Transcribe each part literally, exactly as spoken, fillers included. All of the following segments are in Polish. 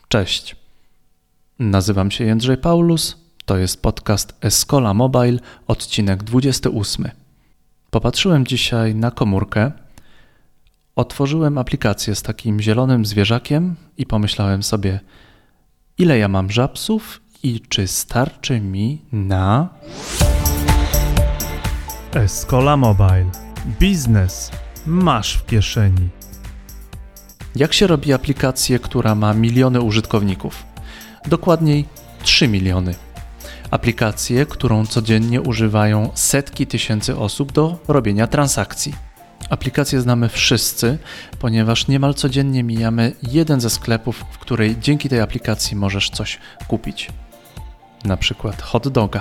Cześć, nazywam się Jędrzej Paulus, to jest podcast Escola Mobile, odcinek dwudziesty ósmy. Popatrzyłem dzisiaj na komórkę, otworzyłem aplikację z takim zielonym zwierzakiem i pomyślałem sobie, ile ja mam żabsów i czy starczy mi na... Escola Mobile. Biznes masz w kieszeni. Jak się robi aplikację, która ma miliony użytkowników? Dokładniej trzy miliony. Aplikację, którą codziennie używają setki tysięcy osób do robienia transakcji. Aplikację znamy wszyscy, ponieważ niemal codziennie mijamy jeden ze sklepów, w której dzięki tej aplikacji możesz coś kupić. Na przykład hot doga.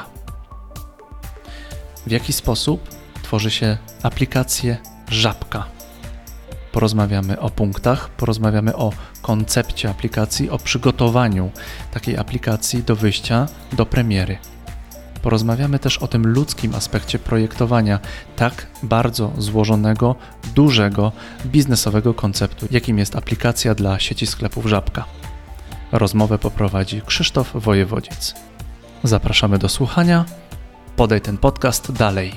W jaki sposób tworzy się aplikację Żabka? Porozmawiamy o punktach, porozmawiamy o koncepcie aplikacji, o przygotowaniu takiej aplikacji do wyjścia do premiery. Porozmawiamy też o tym ludzkim aspekcie projektowania tak bardzo złożonego, dużego, biznesowego konceptu, jakim jest aplikacja dla sieci sklepów Żabka. Rozmowę poprowadzi Krzysztof Wojewodzic. Zapraszamy do słuchania. Podaj ten podcast dalej.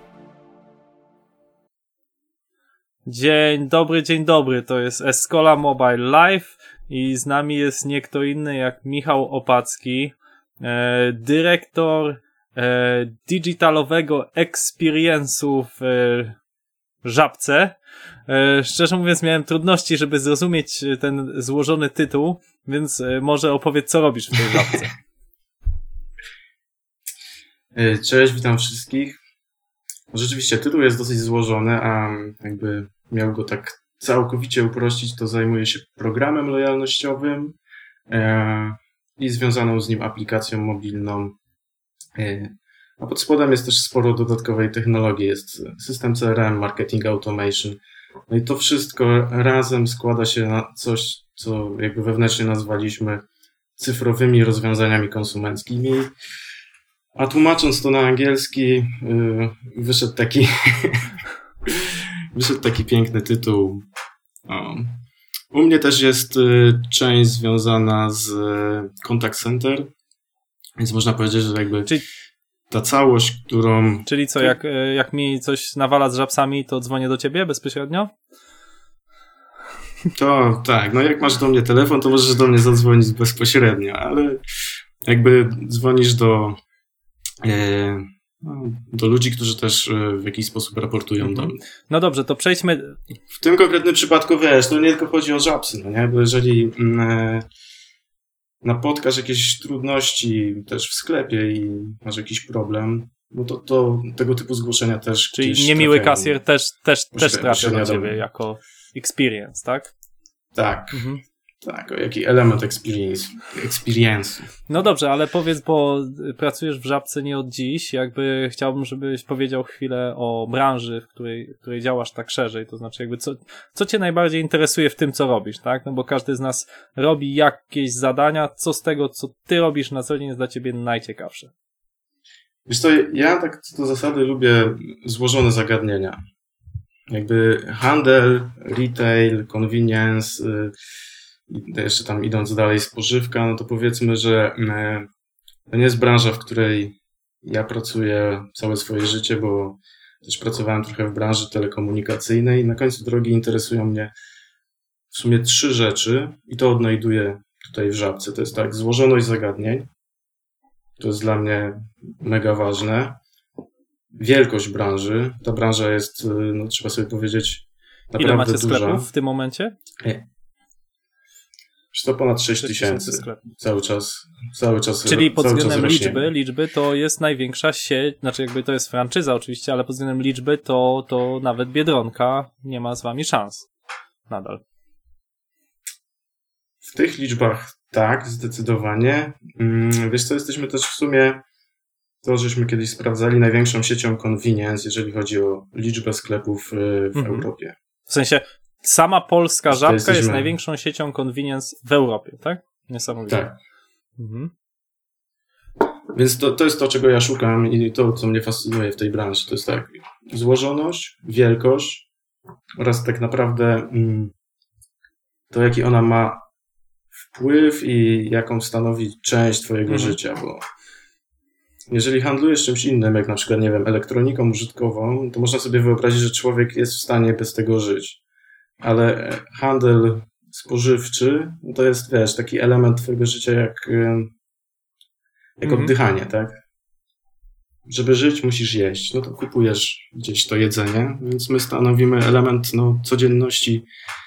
Dzień dobry, dzień dobry, to jest Escola Mobile Live i z nami jest nie kto inny jak Michał Opacki, e, dyrektor e, digitalowego experience'u w e, Żabce. E, szczerze mówiąc miałem trudności, żeby zrozumieć ten złożony tytuł, więc e, może opowiedz, co robisz w tej Żabce. Cześć, witam wszystkich. Rzeczywiście tytuł jest dosyć złożony, a jakby miał go tak całkowicie uprościć, to zajmuję się programem lojalnościowym e, i związaną z nim aplikacją mobilną. E, a pod spodem jest też sporo dodatkowej technologii. Jest system C R M, marketing automation. No i to wszystko razem składa się na coś, co jakby wewnętrznie nazwaliśmy cyfrowymi rozwiązaniami konsumenckimi. A tłumacząc to na angielski, yy, wyszedł taki wyszedł taki piękny tytuł. O. U mnie też jest y, część związana z y, contact center, więc można powiedzieć, że jakby czyli, ta całość, którą... Czyli co, jak, jak mi coś nawala z żabsami, to dzwonię do ciebie bezpośrednio? To tak, no jak masz do mnie telefon, to możesz do mnie zadzwonić bezpośrednio, ale jakby dzwonisz do... do ludzi, którzy też w jakiś sposób raportują mhm. do mnie. No dobrze, to przejdźmy... W tym konkretnym przypadku, wiesz, to nie tylko chodzi o żabsy, no nie? Bo jeżeli mm, napotkasz jakieś trudności też w sklepie i masz jakiś problem, no to, to tego typu zgłoszenia też... Czyli niemiły kasjer też, też, też trafia do ciebie jako experience, tak? Tak. Mhm. Tak, jaki element experience, experience. No dobrze, ale powiedz, bo pracujesz w Żabce nie od dziś, jakby chciałbym, żebyś powiedział chwilę o branży, w której, w której działasz tak szerzej, to znaczy jakby co, co cię najbardziej interesuje w tym, co robisz, tak? No bo każdy z nas robi jakieś zadania, co z tego, co ty robisz na co dzień jest dla ciebie najciekawsze? Wiesz co, ja tak co do zasady lubię złożone zagadnienia. Jakby handel, retail, convenience, jeszcze tam idąc dalej spożywka, no to powiedzmy, że to nie jest branża, w której ja pracuję całe swoje życie, bo też pracowałem trochę w branży telekomunikacyjnej. Na końcu drogi interesują mnie w sumie trzy rzeczy i to odnajduję tutaj w Żabce. To jest tak, złożoność zagadnień, to jest dla mnie mega ważne. Wielkość branży, ta branża jest, no trzeba sobie powiedzieć, naprawdę Ile macie duża. sklepów w tym momencie? To ponad sześć tysięcy cały czas, cały czas. Czyli pod cały względem czas liczby, liczby to jest największa sieć, znaczy jakby to jest franczyza oczywiście, ale pod względem liczby to, to nawet Biedronka nie ma z wami szans nadal. W tych liczbach tak, zdecydowanie. Wiesz co, jesteśmy też w sumie, to żeśmy kiedyś sprawdzali, największą siecią convenience, jeżeli chodzi o liczbę sklepów w mhm. Europie. W sensie sama polska Żabka jesteśmy... jest największą siecią convenience w Europie, tak? Niesamowite. Tak. Mhm. Więc to, to jest to, czego ja szukam i to, co mnie fascynuje w tej branży. To jest tak, złożoność, wielkość oraz tak naprawdę mm, to, jaki ona ma wpływ i jaką stanowi część twojego Mhm. życia, bo jeżeli handlujesz czymś innym, jak na przykład, nie wiem, elektroniką użytkową, to można sobie wyobrazić, że człowiek jest w stanie bez tego żyć. Ale handel spożywczy, no to jest, wiesz, taki element twojego życia jak, jak Mhm. oddychanie, tak? Żeby żyć, musisz jeść. No to kupujesz gdzieś to jedzenie, więc my stanowimy element no, codzienności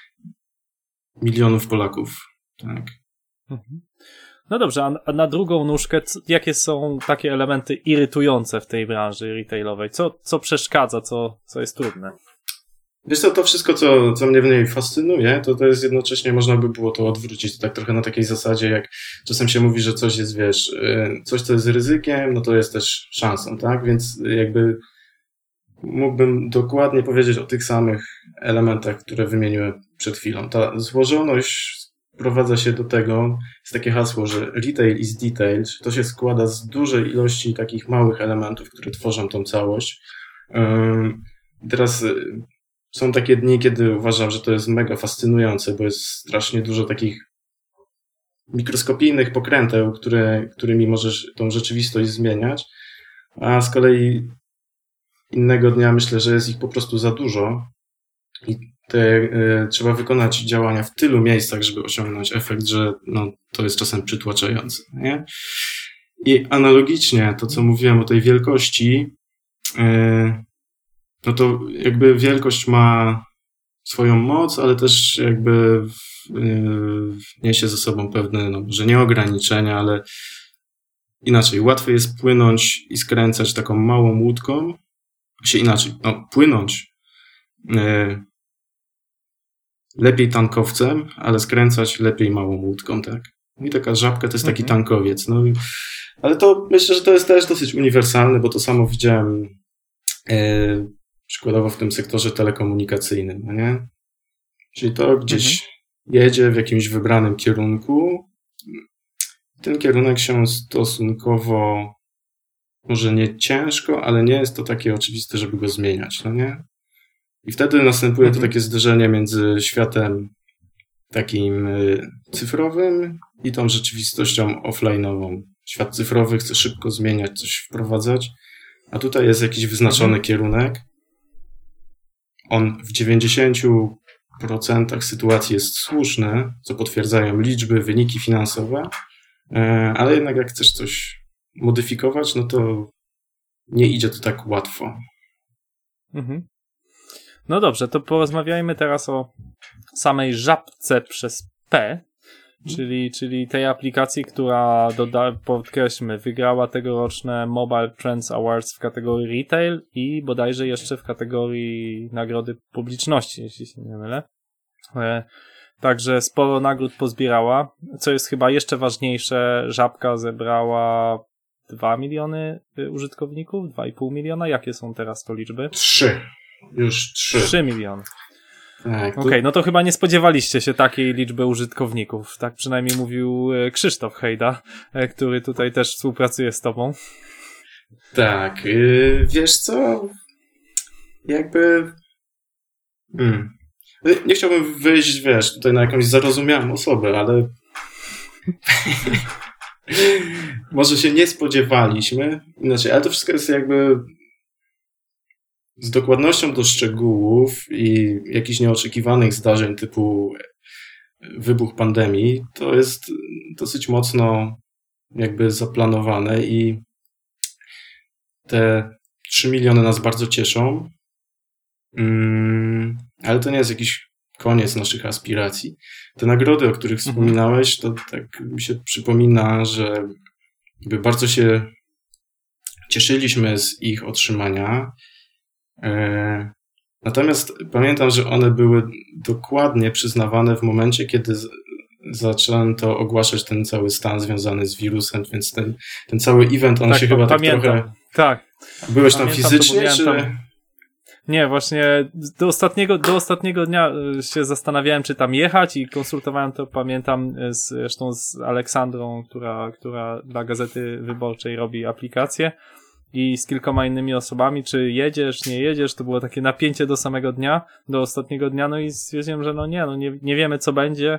milionów Polaków, tak? Mhm. No dobrze, a, a na drugą nóżkę, c- jakie są takie elementy irytujące w tej branży retailowej? Co, co przeszkadza, co, co jest trudne? Wiesz co, to wszystko, co, co mnie w niej fascynuje, to to jest jednocześnie, można by było to odwrócić, to tak trochę na takiej zasadzie, jak czasem się mówi, że coś jest, wiesz, y, coś, co jest ryzykiem, no to jest też szansą, tak? Więc jakby mógłbym dokładnie powiedzieć o tych samych elementach, które wymieniłem przed chwilą. Ta złożoność sprowadza się do tego, jest takie hasło, że retail is detail, to się składa z dużej ilości takich małych elementów, które tworzą tą całość. Ym, Teraz y, są takie dni, kiedy uważam, że to jest mega fascynujące, bo jest strasznie dużo takich mikroskopijnych pokręteł, które, którymi możesz tą rzeczywistość zmieniać, a z kolei innego dnia myślę, że jest ich po prostu za dużo i te, y, trzeba wykonać działania w tylu miejscach, żeby osiągnąć efekt, że no, to jest czasem przytłaczające. Nie? I analogicznie to, co mówiłem o tej wielkości, y, no to jakby wielkość ma swoją moc, ale też jakby w, yy, niesie ze sobą pewne, no może nie ograniczenia, ale inaczej, łatwiej jest płynąć i skręcać taką małą łódką, się inaczej, no płynąć yy, lepiej tankowcem, ale skręcać lepiej małą łódką, tak? I taka żabka to jest taki Mhm. tankowiec, no ale to myślę, że to jest też dosyć uniwersalne, bo to samo widziałem yy, przykładowo w tym sektorze telekomunikacyjnym, no nie? Czyli to gdzieś jedzie w jakimś wybranym kierunku. Ten kierunek się stosunkowo może nie ciężko, ale nie jest to takie oczywiste, żeby go zmieniać, no nie? I wtedy następuje to Mhm. takie zderzenie między światem takim y, cyfrowym i tą rzeczywistością offline'ową. Świat cyfrowy chce szybko zmieniać, coś wprowadzać, a tutaj jest jakiś wyznaczony Mhm. kierunek. On w dziewięćdziesięciu procentach sytuacji jest słuszny, co potwierdzają liczby, wyniki finansowe, e, ale jednak jak chcesz coś modyfikować, no to nie idzie to tak łatwo. Mhm. No dobrze, to porozmawiajmy teraz o samej żabce przez P, czyli, czyli tej aplikacji, która, doda- podkreślmy, wygrała tegoroczne Mobile Trends Awards w kategorii Retail i bodajże jeszcze w kategorii Nagrody Publiczności, jeśli się nie mylę. E, Także sporo nagród pozbierała. Co jest chyba jeszcze ważniejsze, żabka zebrała dwa miliony y, użytkowników, dwa i pół miliona. Jakie są teraz to liczby? Trzy. Już trzy. trzy miliony. Tak, Okej, tu, no to chyba nie spodziewaliście się takiej liczby użytkowników. Tak przynajmniej mówił e, Krzysztof Hejda, e, który tutaj też współpracuje z tobą. tak. Yy, wiesz co? Jakby... Hmm. Nie chciałbym wyjść, wiesz, tutaj na jakąś zarozumiałą osobę, ale może się nie spodziewaliśmy. Inaczej, ale to wszystko jest jakby z dokładnością do szczegółów i jakichś nieoczekiwanych zdarzeń typu wybuch pandemii, to jest dosyć mocno jakby zaplanowane i te trzy miliony nas bardzo cieszą, mm, ale to nie jest jakiś koniec naszych aspiracji. Te nagrody, o których Mhm. wspominałeś, to tak mi się przypomina, że jakby bardzo się cieszyliśmy z ich otrzymania. E, Natomiast pamiętam, że one były dokładnie przyznawane w momencie, kiedy z- zaczęto ogłaszać ten cały stan związany z wirusem, więc ten, ten cały event, on Tak, się pa- chyba tak pamiętam. trochę... Tak. Byłeś tam Pamiętam to, fizycznie, bo miałem czy... tam- Nie, właśnie do ostatniego, do ostatniego dnia y, się zastanawiałem, czy tam jechać i konsultowałem to, pamiętam, y, z, zresztą z Aleksandrą, która, która dla Gazety Wyborczej robi aplikację i z kilkoma innymi osobami, czy jedziesz, nie jedziesz, to było takie napięcie do samego dnia, do ostatniego dnia, no i stwierdziłem, że no nie, no nie, nie wiemy co będzie,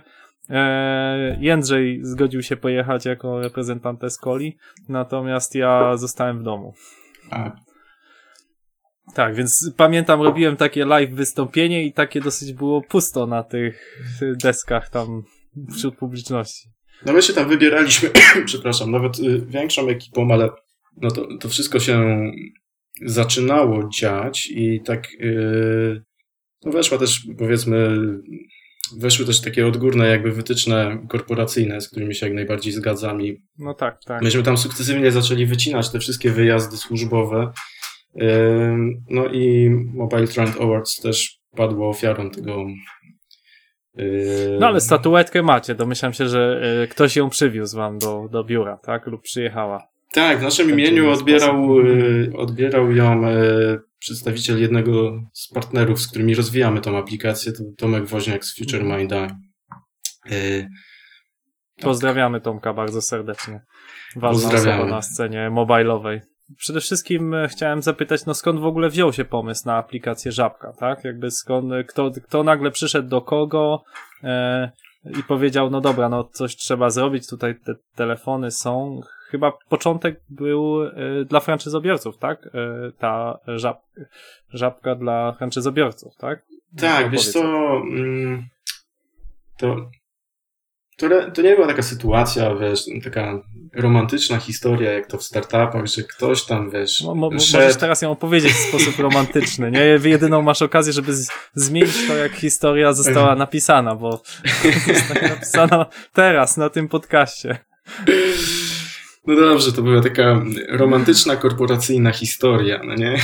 E, Jędrzej zgodził się pojechać jako reprezentant Escoli, natomiast ja zostałem w domu. A, Tak, więc pamiętam, robiłem takie live wystąpienie i takie dosyć było pusto na tych deskach tam wśród publiczności. no my się tam wybieraliśmy, przepraszam, nawet y, większą ekipą, ale no to, to wszystko się zaczynało dziać i tak y, no weszła też, powiedzmy, weszły też takie odgórne jakby wytyczne korporacyjne, z którymi się jak najbardziej zgadzam i No tak, tak. myśmy tam sukcesywnie zaczęli wycinać te wszystkie wyjazdy służbowe. Ym, No i Mobile Trend Awards też padło ofiarą tego. yy, No ale statuetkę macie, domyślam się, że y, ktoś ją przywiózł wam do, do biura, tak? Lub przyjechała. Tak, w naszym w taki imieniu odbierał, sposób. yy, odbierał ją yy, przedstawiciel jednego z partnerów, z którymi rozwijamy tą aplikację, to Tomek Woźniak z Future Minda. Yy, Pozdrawiamy Tomka bardzo serdecznie. Ważna Pozdrawiamy. osoba na scenie mobilowej. Przede wszystkim e, chciałem zapytać, no skąd w ogóle wziął się pomysł na aplikację Żabka, tak? Jakby skąd, kto, kto nagle przyszedł do kogo e, i powiedział, no dobra, no coś trzeba zrobić, tutaj te telefony są. Chyba początek był e, dla franczyzobiorców, tak? E, ta żab, Żabka dla franczyzobiorców, tak? tak, No, wiesz powiedz. co, mm, to, to, re- to nie była taka sytuacja, wiesz, taka romantyczna historia, jak to w startupach, że ktoś tam, wiesz, Mo, mo, szedł. możesz teraz ją opowiedzieć w sposób romantyczny, nie? Jedyną masz okazję, żeby z, zmienić to, jak historia została napisana, bo została napisana teraz, na tym podcaście. No dobrze, to była taka romantyczna, korporacyjna historia, no nie?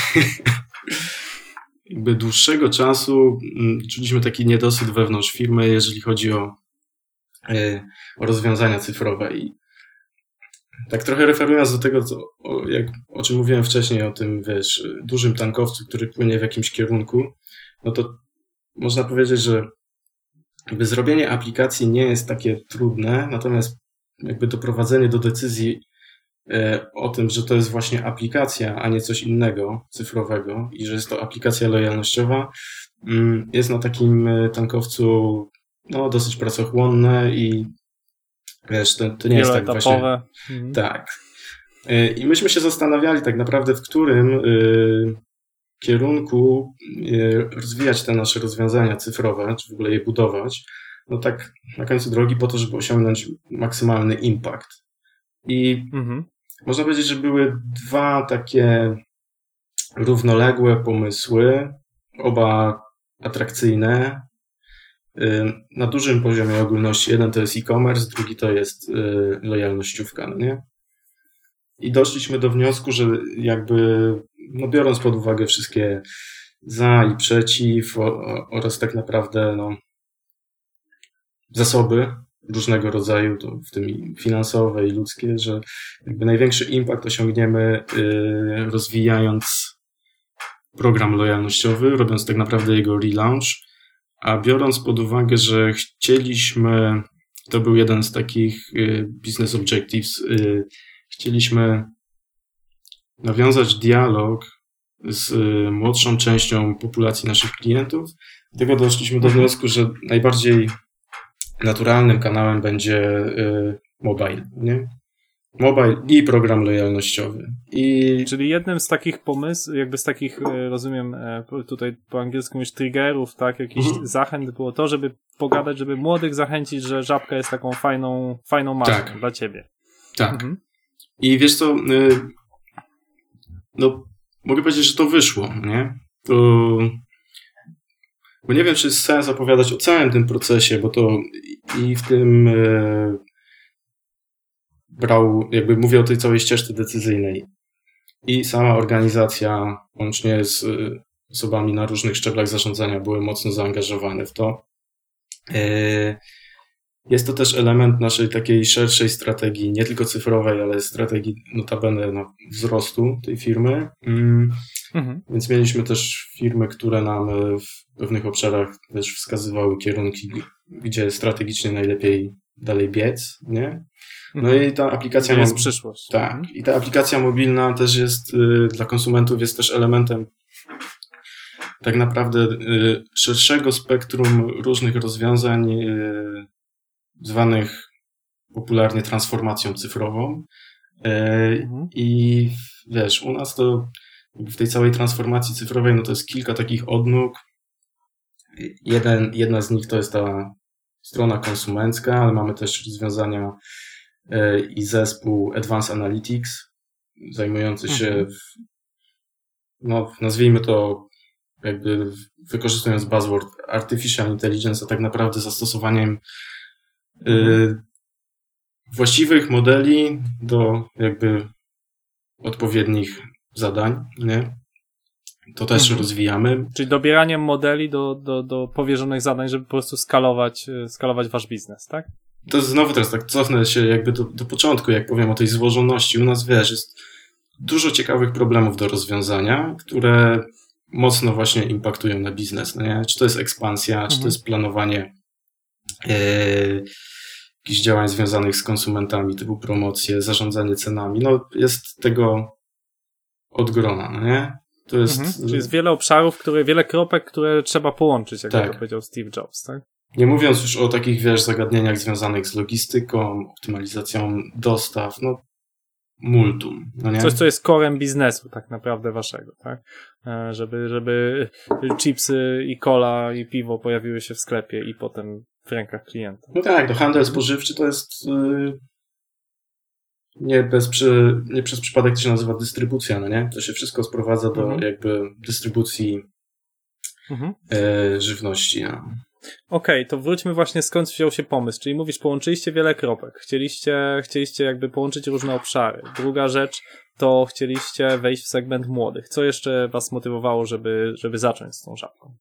Jakby dłuższego czasu mm, czuliśmy taki niedosyt wewnątrz firmy, jeżeli chodzi o, e, o rozwiązania cyfrowe i tak trochę referując do tego, co, o, jak, o czym mówiłem wcześniej, o tym, wiesz, dużym tankowcu, który płynie w jakimś kierunku, no to można powiedzieć, że jakby zrobienie aplikacji nie jest takie trudne, natomiast jakby doprowadzenie do decyzji e, o tym, że to jest właśnie aplikacja, a nie coś innego cyfrowego i że jest to aplikacja lojalnościowa, mm, jest na takim e, tankowcu no, dosyć pracochłonne i wiesz, to, to nie jest tak właśnie... Wieloetapowe. Mhm. Tak. Y, I myśmy się zastanawiali tak naprawdę, w którym y, kierunku y, rozwijać te nasze rozwiązania cyfrowe, czy w ogóle je budować. No tak na końcu drogi po to, żeby osiągnąć maksymalny impact. I Mhm. można powiedzieć, że były dwa takie równoległe pomysły, oba atrakcyjne, y, na dużym poziomie ogólności. Jeden to jest e-commerce, drugi to jest y, lojalnościówka, no nie? I doszliśmy do wniosku, że jakby, no biorąc pod uwagę wszystkie za i przeciw o, o, oraz tak naprawdę no, zasoby różnego rodzaju, to w tym i finansowe i ludzkie, że jakby największy impact osiągniemy y, rozwijając program lojalnościowy, robiąc tak naprawdę jego relaunch, a biorąc pod uwagę, że chcieliśmy, to był jeden z takich y, business objectives, y, chcieliśmy nawiązać dialog z y, młodszą częścią populacji naszych klientów. Dlatego doszliśmy do wniosku, że najbardziej naturalnym kanałem będzie y, mobile, nie? Mobile i program lojalnościowy. I Czyli jednym z takich pomysłów, jakby z takich, e, rozumiem, e, tutaj po angielsku mówisz triggerów, tak, jakichś Mhm. zachęt było to, żeby pogadać, żeby młodych zachęcić, że Żabka jest taką fajną, fajną marką Tak. dla ciebie. tak. Mhm. I wiesz co, y, no mogę powiedzieć, że to wyszło, nie? To, bo nie wiem, czy jest sens opowiadać o całym tym procesie, bo to i w tym y, brał, jakby mówię o tej całej ścieżce decyzyjnej i sama organizacja, łącznie z y, osobami na różnych szczeblach zarządzania były mocno zaangażowane w to. Y, Jest to też element naszej takiej szerszej strategii, nie tylko cyfrowej, ale strategii notabene na wzrostu tej firmy. Mm, Mhm. Więc mieliśmy też firmy, które nam e, w pewnych obszarach też wskazywały kierunki, gdzie strategicznie najlepiej dalej biec, nie? No i ta aplikacja... To jest mo- przyszłość. Tak. Mhm. I ta aplikacja mobilna też jest y, dla konsumentów jest też elementem tak naprawdę y, szerszego spektrum różnych rozwiązań y, zwanych popularnie transformacją cyfrową. Mhm. I wiesz, u nas to w tej całej transformacji cyfrowej, no to jest kilka takich odnóg. Jeden, jedna z nich to jest ta strona konsumencka, ale mamy też rozwiązania i zespół Advanced Analytics, zajmujący się, Mhm. w, no nazwijmy to jakby wykorzystując buzzword Artificial Intelligence, a tak naprawdę zastosowaniem Mhm. y, właściwych modeli do jakby odpowiednich zadań, nie? To też Mhm. rozwijamy. Czyli dobieraniem modeli do, do, do powierzonych zadań, żeby po prostu skalować, e, skalować wasz biznes, tak? To znowu teraz tak cofnę się jakby do, do początku, jak powiem o tej złożoności. U nas, wiesz, jest dużo ciekawych problemów do rozwiązania, które mocno właśnie impaktują na biznes, no nie? Czy to jest ekspansja, Mhm. czy to jest planowanie e, jakichś działań związanych z konsumentami, typu promocje, zarządzanie cenami. No jest tego od grona, no nie? To jest... Mhm. Czyli jest wiele obszarów, które, wiele kropek, które trzeba połączyć, jak Tak. to powiedział Steve Jobs, tak? Nie mówiąc już o takich, wiesz, zagadnieniach związanych z logistyką, optymalizacją dostaw, no multum, no nie? Coś, co jest corem biznesu tak naprawdę waszego, tak? E, Żeby, żeby chipsy i cola i piwo pojawiły się w sklepie i potem w rękach klienta. No tak, to handel spożywczy to jest yy, nie, bez przy, nie przez przypadek to się nazywa dystrybucja, no nie? To się wszystko sprowadza do Mhm. jakby dystrybucji Mhm. yy, żywności, no. Okej, to wróćmy właśnie skąd wziął się pomysł, czyli mówisz, połączyliście wiele kropek, chcieliście, chcieliście jakby połączyć różne obszary. Druga rzecz to chcieliście wejść w segment młodych. Co jeszcze was motywowało, żeby, żeby zacząć z tą żabką?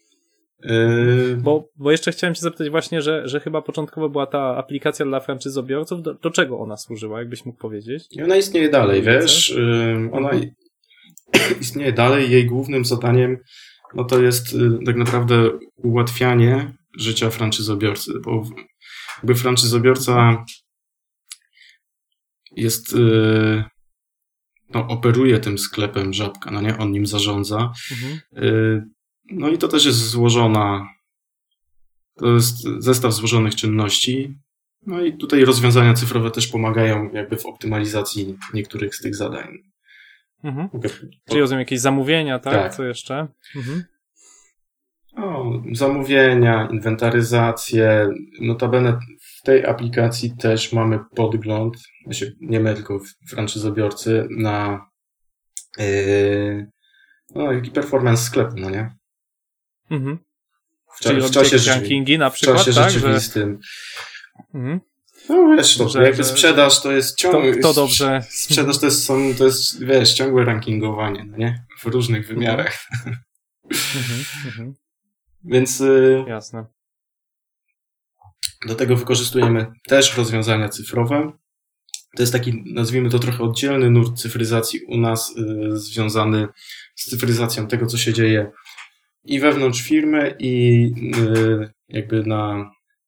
Yy, Bo, bo jeszcze chciałem cię zapytać właśnie, że, że chyba początkowo była ta aplikacja dla franczyzobiorców. Do, do czego ona służyła, jakbyś mógł powiedzieć? I ona istnieje dalej, Widzę. wiesz? Yy, ona Mhm. istnieje dalej. Jej głównym zadaniem no to jest yy, tak naprawdę ułatwianie życia franczyzobiorcy, bo w- jakby franczyzobiorca jest yy, no, operuje tym sklepem Żabka, no nie? On nim zarządza. Mhm. Yy, no i to też jest złożona to jest zestaw złożonych czynności. No i tutaj rozwiązania cyfrowe też pomagają jakby w optymalizacji niektórych z tych zadań. Mhm. Mogę Czyli rozumiem jakieś zamówienia, tak? Tak. Co jeszcze? Mhm. O, zamówienia, inwentaryzację. Notabene w tej aplikacji też mamy podgląd, znaczy nie my, tylko franczyzobiorcy, na yy, no, jaki performance sklepu, no nie? Mhm. W, Czyli cza- w robicie czasie, jakieś rzeczy- rankingi na w przykład, czasie tak? Że, rzeczywistym. mhm. No wiesz, to Że- jakby że- sprzedaż to jest Kto, ciągle... kto dobrze... Sprzedaż to jest, są, to jest, wiesz, ciągłe rankingowanie, no nie? W różnych wymiarach. Mhm. Mhm. Więc y, Jasne. do tego wykorzystujemy też rozwiązania cyfrowe. To jest taki, nazwijmy to trochę oddzielny nurt cyfryzacji u nas, y, związany z cyfryzacją tego, co się dzieje i wewnątrz firmy, i y, jakby na,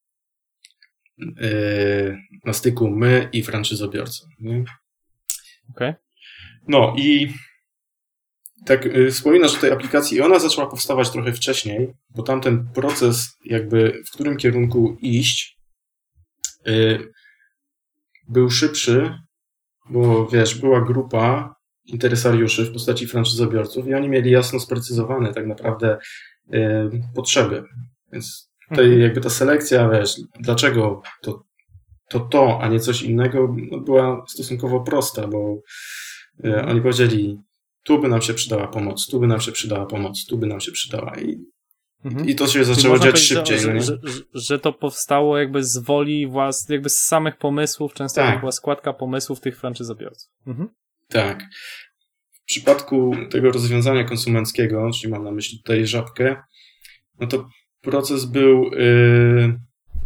y, na styku my i franczyzobiorca. Nie? Okej. No i tak y, wspominasz o tej aplikacji i ona zaczęła powstawać trochę wcześniej, bo tamten proces jakby w którym kierunku iść y, był szybszy, bo wiesz, była grupa interesariuszy w postaci franczyzobiorców i oni mieli jasno sprecyzowane tak naprawdę y, potrzeby. Więc tutaj Mhm. jakby ta selekcja, wiesz, dlaczego to to, to a nie coś innego, no, była stosunkowo prosta, bo y, oni powiedzieli, tu by nam się przydała pomoc, tu by nam się przydała pomoc, tu by nam się przydała i, Mhm. i to się Czyli zaczęło można dziać powiedzieć, szybciej. że, no nie? że, że, że to powstało jakby z woli własnej, jakby z samych pomysłów, często Tak. to była składka pomysłów tych franczyzobiorców. Mhm. Tak. W przypadku tego rozwiązania konsumenckiego, czyli mam na myśli tutaj Żabkę, no to proces był, yy,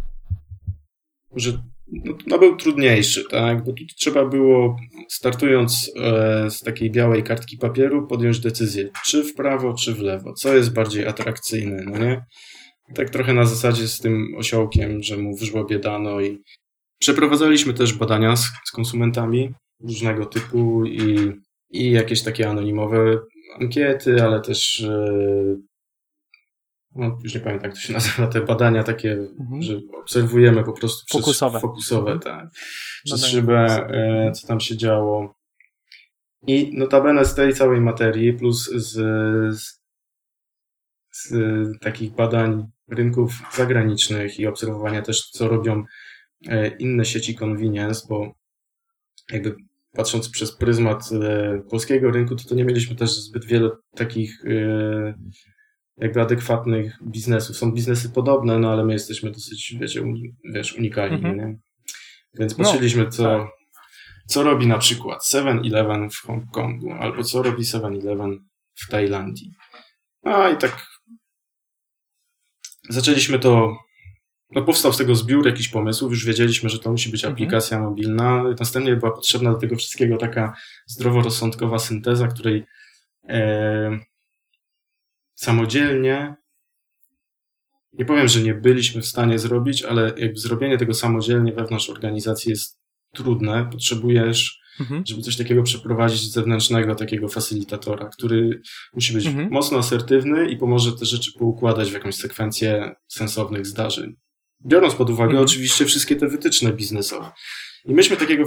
że no, no był trudniejszy, tak? Bo tu trzeba było, startując e, z takiej białej kartki papieru, podjąć decyzję, czy w prawo, czy w lewo, co jest bardziej atrakcyjne, no nie? Tak trochę na zasadzie z tym osiołkiem, że mu w żłobie dano i przeprowadzaliśmy też badania z, z konsumentami różnego typu i, i jakieś takie anonimowe ankiety, ale też e, no już nie pamiętam jak to się nazywa, te badania takie, Mhm. że obserwujemy po prostu przez Fokusowe. fokusowe tak, przez Badania szybę, fokusowe. e, co tam się działo. I notabene z tej całej materii, plus z, z, z takich badań rynków zagranicznych i obserwowania też, co robią e, inne sieci convenience, bo jakby patrząc przez pryzmat e, polskiego rynku, to, to nie mieliśmy też zbyt wiele takich e, jakby adekwatnych biznesów. Są biznesy podobne, no ale my jesteśmy dosyć, wiecie, un, wiesz, unikalni, Mhm. nie? Więc No, patrzyliśmy, co, tak. co robi na przykład seven eleven w Hongkongu, albo co robi seven eleven w Tajlandii. A i tak zaczęliśmy to, no powstał z tego zbiór jakichś pomysłów, już wiedzieliśmy, że to musi być Mhm. aplikacja mobilna. Następnie była potrzebna do tego wszystkiego taka zdroworozsądkowa synteza, której e, samodzielnie, nie powiem, że nie byliśmy w stanie zrobić, ale jakby zrobienie tego samodzielnie wewnątrz organizacji jest trudne. Potrzebujesz, Mhm. żeby coś takiego przeprowadzić, zewnętrznego takiego facylitatora, który musi być Mhm. mocno asertywny i pomoże te rzeczy poukładać w jakąś sekwencję sensownych zdarzeń. Biorąc pod uwagę Mhm. oczywiście wszystkie te wytyczne biznesowe. I myśmy takiego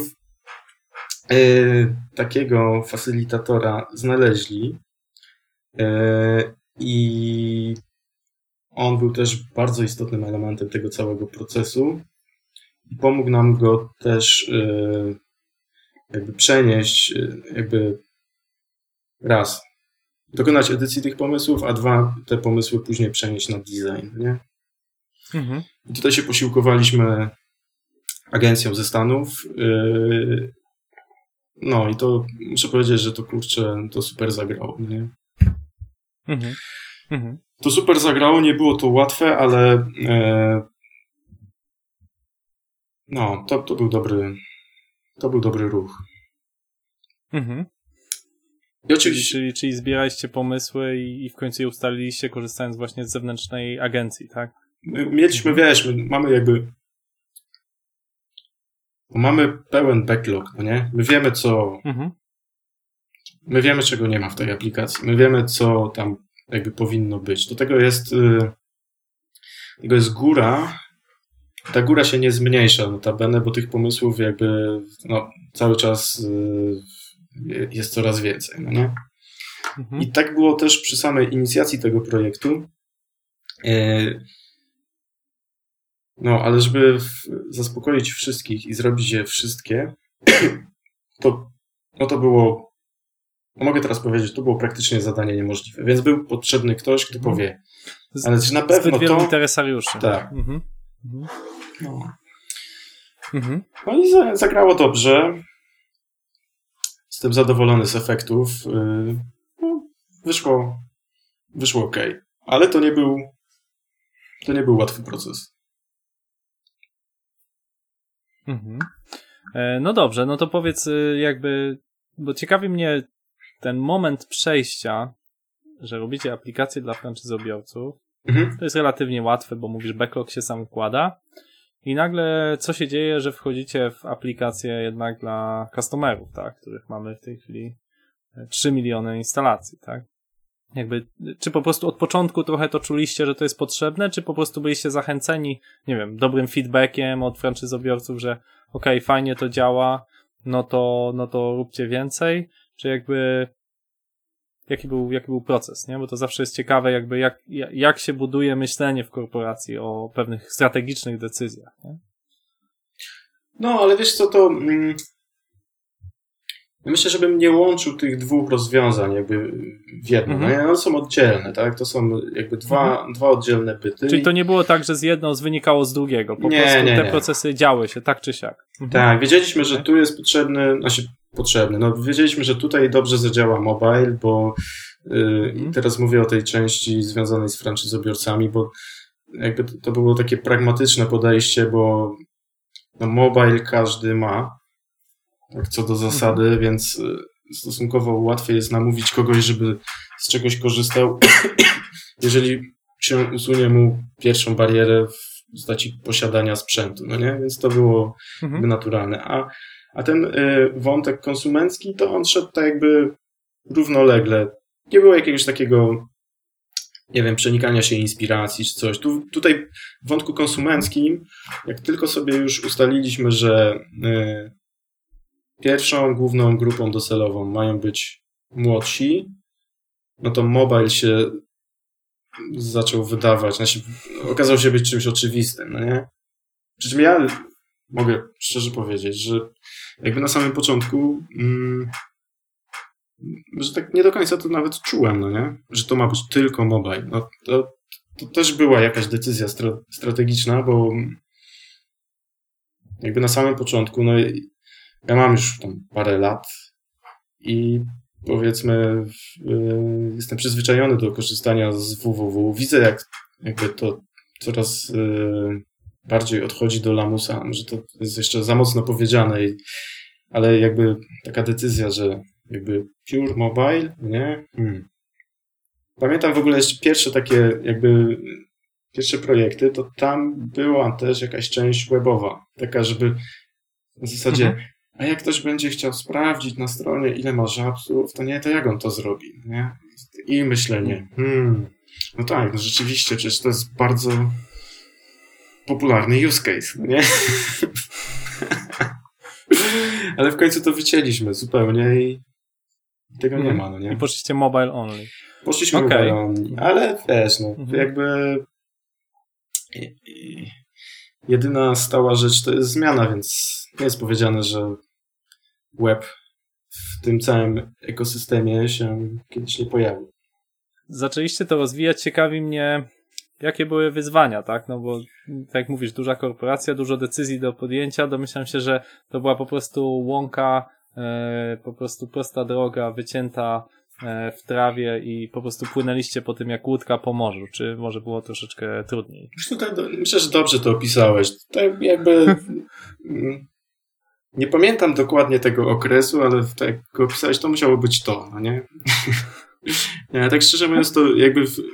e, takiego facylitatora znaleźli e, i on był też bardzo istotnym elementem tego całego procesu i pomógł nam go też e, jakby przenieść, e, jakby raz dokonać edycji tych pomysłów, a dwa te pomysły później przenieść na design, nie? Mhm. I tutaj się posiłkowaliśmy agencją ze Stanów. Yy, no i to muszę powiedzieć, że to kurczę, to super zagrało, nie? Mhm. Mhm. To super zagrało, nie było to łatwe, ale yy, no, to, to był dobry to był dobry ruch. Mhm. I Czyli, oczywiście czyli, czyli zbieraliście pomysły i, i w końcu je ustaliliście, korzystając właśnie z zewnętrznej agencji, tak? my mieliśmy, wiesz, my mamy jakby mamy pełen backlog, no nie? My wiemy, co Mhm. my wiemy, czego nie ma w tej aplikacji. My wiemy, co tam jakby powinno być. Do tego jest yy, tego jest góra. Ta góra się nie zmniejsza notabene, bo tych pomysłów jakby no, cały czas yy, jest coraz więcej, no nie? Mhm. I tak było też przy samej inicjacji tego projektu. Yy, no, ale żeby w, zaspokoić wszystkich i zrobić je wszystkie, to, no to było, no mogę teraz powiedzieć, to było praktycznie zadanie niemożliwe. Więc był potrzebny ktoś, kto powie, ale czy na pewno Zbyt wielu to... interesariuszy. Tak. Mhm. Mhm. No. Mhm. No i za- zagrało dobrze. Jestem zadowolony z efektów. Yy, no, wyszło, wyszło ok. Ale to nie był, to nie był łatwy proces. Mhm. E, No dobrze, no to powiedz y, jakby, bo ciekawi mnie ten moment przejścia, że robicie aplikację dla franczyzobiorców. Mhm. To jest relatywnie łatwe, bo mówisz, backlog się sam układa i nagle co się dzieje, że wchodzicie w aplikację jednak dla customerów, tak, których mamy w tej chwili trzy miliony instalacji, tak? Jakby, czy po prostu od początku trochę to czuliście, że to jest potrzebne, czy po prostu byliście zachęceni, nie wiem, dobrym feedbackiem od franczyzobiorców, że okej, okay, fajnie to działa, no to, no to róbcie więcej, czy jakby jaki był, jaki był proces, nie? Bo to zawsze jest ciekawe, jakby jak, jak się buduje myślenie w korporacji o pewnych strategicznych decyzjach, nie? No, ale wiesz co, to mm, myślę, żebym nie łączył tych dwóch rozwiązań jakby w jedno. Mhm. No, one są oddzielne, tak? To są jakby dwa, Mhm. dwa oddzielne byty. Czyli to nie było tak, że z jedną wynikało z drugiego, po Nie, prostu nie, te nie. procesy działy się tak czy siak. Mhm. Tak, wiedzieliśmy, że Okay. tu jest potrzebny, znaczy potrzebny, no wiedzieliśmy, że tutaj dobrze zadziała mobile, bo yy, Mhm. teraz mówię o tej części związanej z franczyzobiorcami, bo jakby to, to było takie pragmatyczne podejście, bo no mobile każdy ma, tak co do zasady, Mhm. więc y, stosunkowo łatwiej jest namówić kogoś, żeby z czegoś korzystał, jeżeli się usunie mu pierwszą barierę w postaci posiadania sprzętu, no nie? Więc to było Mhm. jakby naturalne. A, a ten y, wątek konsumencki, to on szedł tak jakby równolegle. Nie było jakiegoś takiego nie wiem, przenikania się inspiracji czy coś. Tu, tutaj w wątku konsumenckim, jak tylko sobie już ustaliliśmy, że y, pierwszą główną grupą docelową mają być młodsi, no to mobile się zaczął wydawać, znaczy okazał się być czymś oczywistym, no nie? Przy czym ja mogę szczerze powiedzieć, że jakby na samym początku mm, że tak nie do końca to nawet czułem, no nie? Że to ma być tylko mobile. No to, to też była jakaś decyzja stra- strategiczna, bo jakby na samym początku, no ja mam już tam parę lat i powiedzmy yy, jestem przyzwyczajony do korzystania z www. Widzę jak jakby to coraz yy, bardziej odchodzi do lamusa, że to jest jeszcze za mocno powiedziane, i, ale jakby taka decyzja, że jakby pure mobile, nie? Hmm. Pamiętam w ogóle jeszcze pierwsze takie jakby pierwsze projekty, to tam była też jakaś część webowa, taka, żeby w zasadzie mhm. a jak ktoś będzie chciał sprawdzić na stronie, ile ma żabsów, to nie, to jak on to zrobi, nie? I myślenie, hmm, no tak, no rzeczywiście, przecież to jest bardzo popularny use case, nie? Ale w końcu to wycięliśmy zupełnie i tego nie ma, no nie? I poszliście mobile only. Poszliśmy okay. mobile only, ale wiesz, no, mhm. jakby jedyna stała rzecz to jest zmiana, więc nie jest powiedziane, że web w tym całym ekosystemie się kiedyś nie pojawi. Zaczęliście to rozwijać, ciekawi mnie, jakie były wyzwania, tak? No bo, tak jak mówisz, duża korporacja, dużo decyzji do podjęcia. Domyślam się, że to była po prostu łąka, e, po prostu prosta droga, wycięta e, w trawie i po prostu płynęliście po tym jak łódka po morzu. Czy może było troszeczkę trudniej? Tutaj, myślę, że dobrze to opisałeś. Tutaj jakby nie pamiętam dokładnie tego okresu, ale tak jak go opisałeś, to musiało być to, no nie? Nie, tak szczerze mówiąc, to jakby w...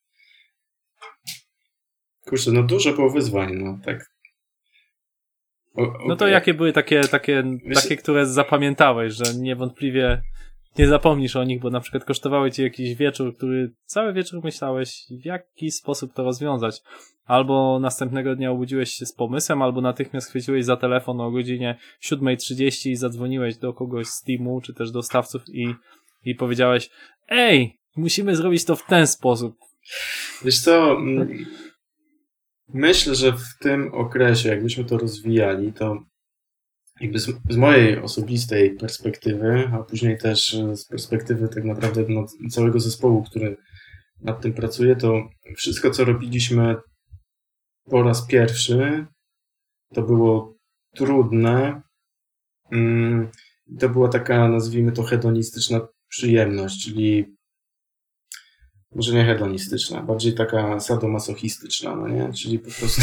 Kurczę, no dużo było wyzwań, no tak. O, okay. No to jakie były takie, takie, Wiesz... takie, które zapamiętałeś, że niewątpliwie nie zapomnisz o nich, bo na przykład kosztowały ci jakiś wieczór, który cały wieczór myślałeś, w jaki sposób to rozwiązać. Albo następnego dnia obudziłeś się z pomysłem, albo natychmiast chwyciłeś za telefon o godzinie siódma trzydzieści i zadzwoniłeś do kogoś z teamu, czy też dostawców i, i powiedziałeś, ej, musimy zrobić to w ten sposób. Wiesz co, myślę, że w tym okresie, jakbyśmy to rozwijali, to jakby z, z mojej osobistej perspektywy, a później też z perspektywy tak naprawdę no, całego zespołu, który nad tym pracuje, to wszystko, co robiliśmy po raz pierwszy, to było trudne. To była taka, nazwijmy to, hedonistyczna przyjemność, czyli może nie hedonistyczna, bardziej taka sadomasochistyczna, no nie? Czyli po prostu...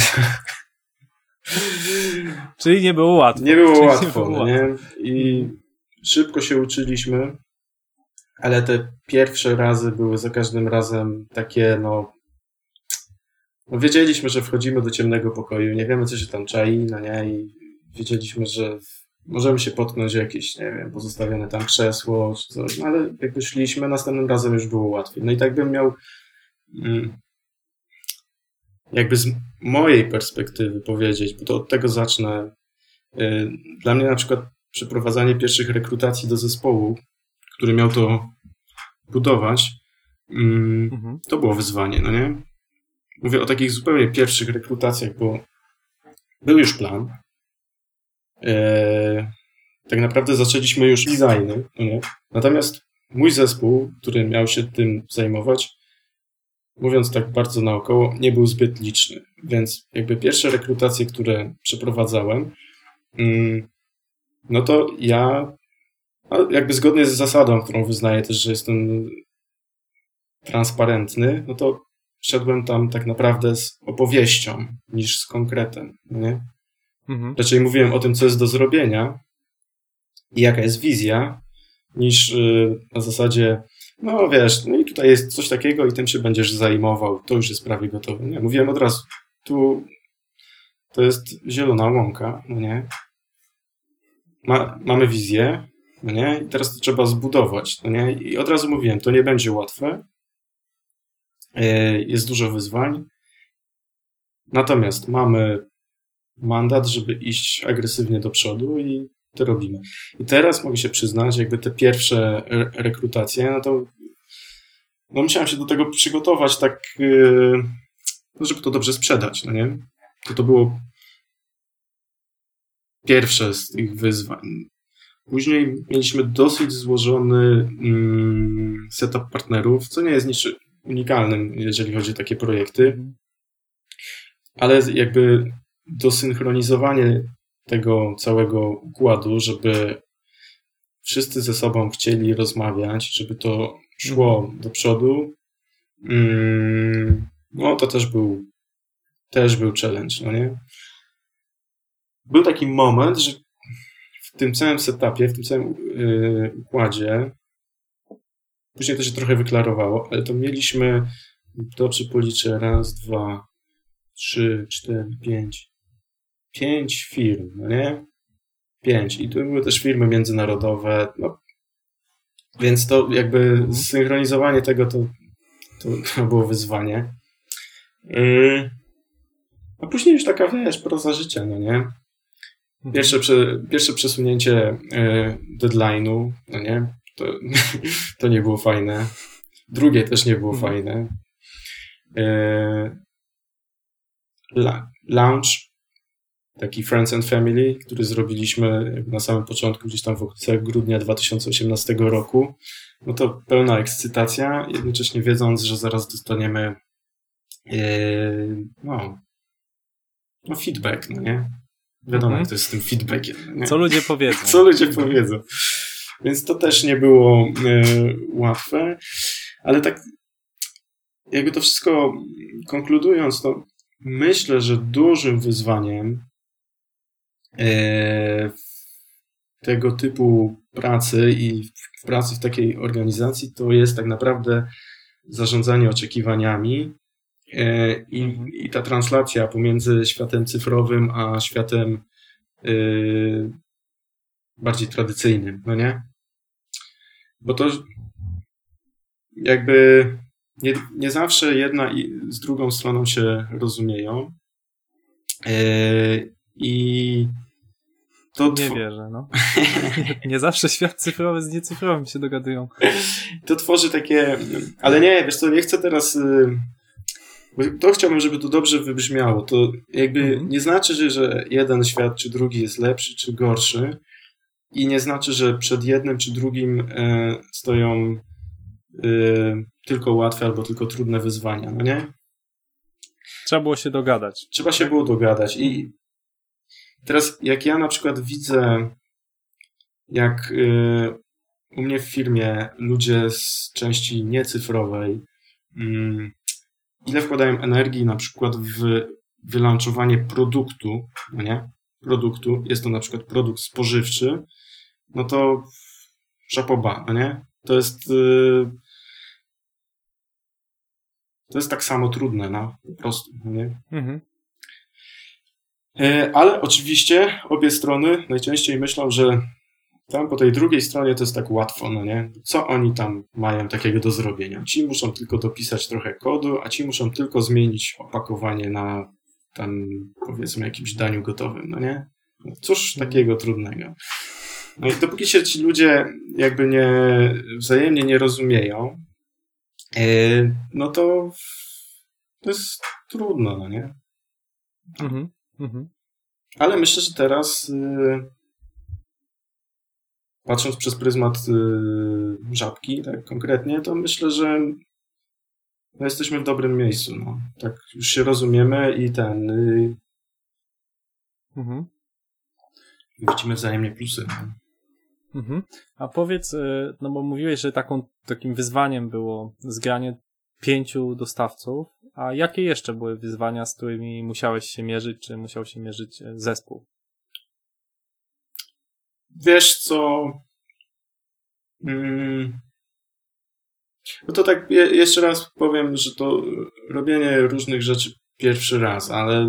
Czyli nie było łatwo. Nie było Czyli łatwo, nie, było no nie? I szybko się uczyliśmy, ale te pierwsze razy były za każdym razem takie, no, no wiedzieliśmy, że wchodzimy do ciemnego pokoju, nie wiemy, co się tam czai, no nie? I wiedzieliśmy, że możemy się potknąć o jakieś, nie wiem, pozostawione tam krzesło czy coś, no ale jakby szliśmy, następnym razem już było łatwiej. No i tak bym miał mm, jakby z mojej perspektywy powiedzieć, bo to od tego zacznę. Yy, dla mnie na przykład przeprowadzanie pierwszych rekrutacji do zespołu, który miał to budować, yy, mhm. to było wyzwanie, no nie? Mówię o takich zupełnie pierwszych rekrutacjach, bo był już plan. Eee, tak naprawdę zaczęliśmy już designy, no nie? Natomiast mój zespół, który miał się tym zajmować, mówiąc tak bardzo naokoło, nie był zbyt liczny, więc jakby pierwsze rekrutacje, które przeprowadzałem, mm, no to ja jakby zgodnie z zasadą, którą wyznaję też, że jestem transparentny, no to szedłem tam tak naprawdę z opowieścią niż z konkretem, nie? Mhm. Raczej mówiłem o tym, co jest do zrobienia i jaka jest wizja, niż yy, na zasadzie, no wiesz, no i tutaj jest coś takiego i tym się będziesz zajmował, to już jest prawie gotowe. Nie, mówiłem od razu, tu to jest zielona łąka, no nie? Ma, mamy wizję, no nie? I teraz to trzeba zbudować, no nie? I od razu mówiłem, to nie będzie łatwe, Jest dużo wyzwań. Natomiast mamy mandat, żeby iść agresywnie do przodu i to robimy. I teraz mogę się przyznać, jakby te pierwsze re- rekrutacje, no to no musiałem się do tego przygotować tak, yy, żeby to dobrze sprzedać, no nie? To to było pierwsze z tych wyzwań. Później mieliśmy dosyć złożony mm, setup partnerów, co nie jest nic unikalnym, jeżeli chodzi o takie projekty, ale jakby dosynchronizowanie tego całego układu, żeby wszyscy ze sobą chcieli rozmawiać, żeby to szło do przodu, mm, no to też był też był challenge, no nie? Był taki moment, że w tym całym setupie, w tym całym yy, układzie, później to się trochę wyklarowało, ale to mieliśmy, dobrze policzę, raz, dwa, trzy, cztery, pięć, pięć firm, no nie? Pięć. I tu były też firmy międzynarodowe, no. Więc to jakby zsynchronizowanie tego to, to, to było wyzwanie. Yy, a później już taka, wiesz, proza życia, no nie? Pierwsze, prze, pierwsze przesunięcie yy, deadline'u, no nie? To, to nie było fajne. Drugie też nie było mhm. fajne. Yy, la, launch, taki Friends and Family, który zrobiliśmy na samym początku, gdzieś tam w okolicach grudnia dwa tysiące osiemnastego roku. No to pełna ekscytacja, jednocześnie wiedząc, że zaraz dostaniemy yy, no, no feedback, no nie? Wiadomo, mhm. jak to jest z tym feedbackiem. Nie? Co ludzie powiedzą. Co ludzie powiedzą. Więc to też nie było yy, łatwe, ale tak jakby to wszystko konkludując, to myślę, że dużym wyzwaniem yy, tego typu pracy i w pracy w takiej organizacji to jest tak naprawdę zarządzanie oczekiwaniami yy, i, mhm. i ta translacja pomiędzy światem cyfrowym a światem yy, bardziej tradycyjnym, no nie? Bo to jakby nie, nie zawsze jedna i z drugą stroną się rozumieją. Yy, I to... Nie tw- wierzę, no. Nie zawsze świat cyfrowy z niecyfrowym się dogadują. To tworzy takie... Ale nie, wiesz co, nie chcę teraz... Yy, to chciałbym, żeby to dobrze wybrzmiało. To jakby mhm. nie znaczy, że, że jeden świat czy drugi jest lepszy czy gorszy. I nie znaczy, że przed jednym czy drugim e, stoją e, tylko łatwe albo tylko trudne wyzwania, no nie? Trzeba było się dogadać. Trzeba się było dogadać. I teraz jak ja na przykład widzę, jak e, u mnie w firmie ludzie z części niecyfrowej mm, ile wkładają energii na przykład w wylaunchowanie produktu, no nie? Produktu, jest to na przykład produkt spożywczy, no to szapoba, no nie? To jest yy, to jest tak samo trudne, no, po prostu, no nie? Mhm. Yy, ale oczywiście obie strony najczęściej myślą, że tam po tej drugiej stronie to jest tak łatwo, no nie? Co oni tam mają takiego do zrobienia? Ci muszą tylko dopisać trochę kodu, a ci muszą tylko zmienić opakowanie na tam, powiedzmy, jakimś daniu gotowym, no nie? No cóż takiego trudnego. No i dopóki się ci ludzie jakby nie wzajemnie nie rozumieją, yy, no to to jest trudno, no nie? Mhm, mhm. Ale myślę, że teraz yy, patrząc przez pryzmat yy, Żabki, tak konkretnie, to myślę, że no, jesteśmy w dobrym miejscu, no. Tak już się rozumiemy i ten yy, mhm. widzimy wzajemnie plusy. No. Mhm. A powiedz, no bo mówiłeś, że taką, takim wyzwaniem było zgranie pięciu dostawców, a jakie jeszcze były wyzwania, z którymi musiałeś się mierzyć, czy musiał się mierzyć zespół? Wiesz co, hmm. no to tak je, jeszcze raz powiem, że to robienie różnych rzeczy pierwszy raz, ale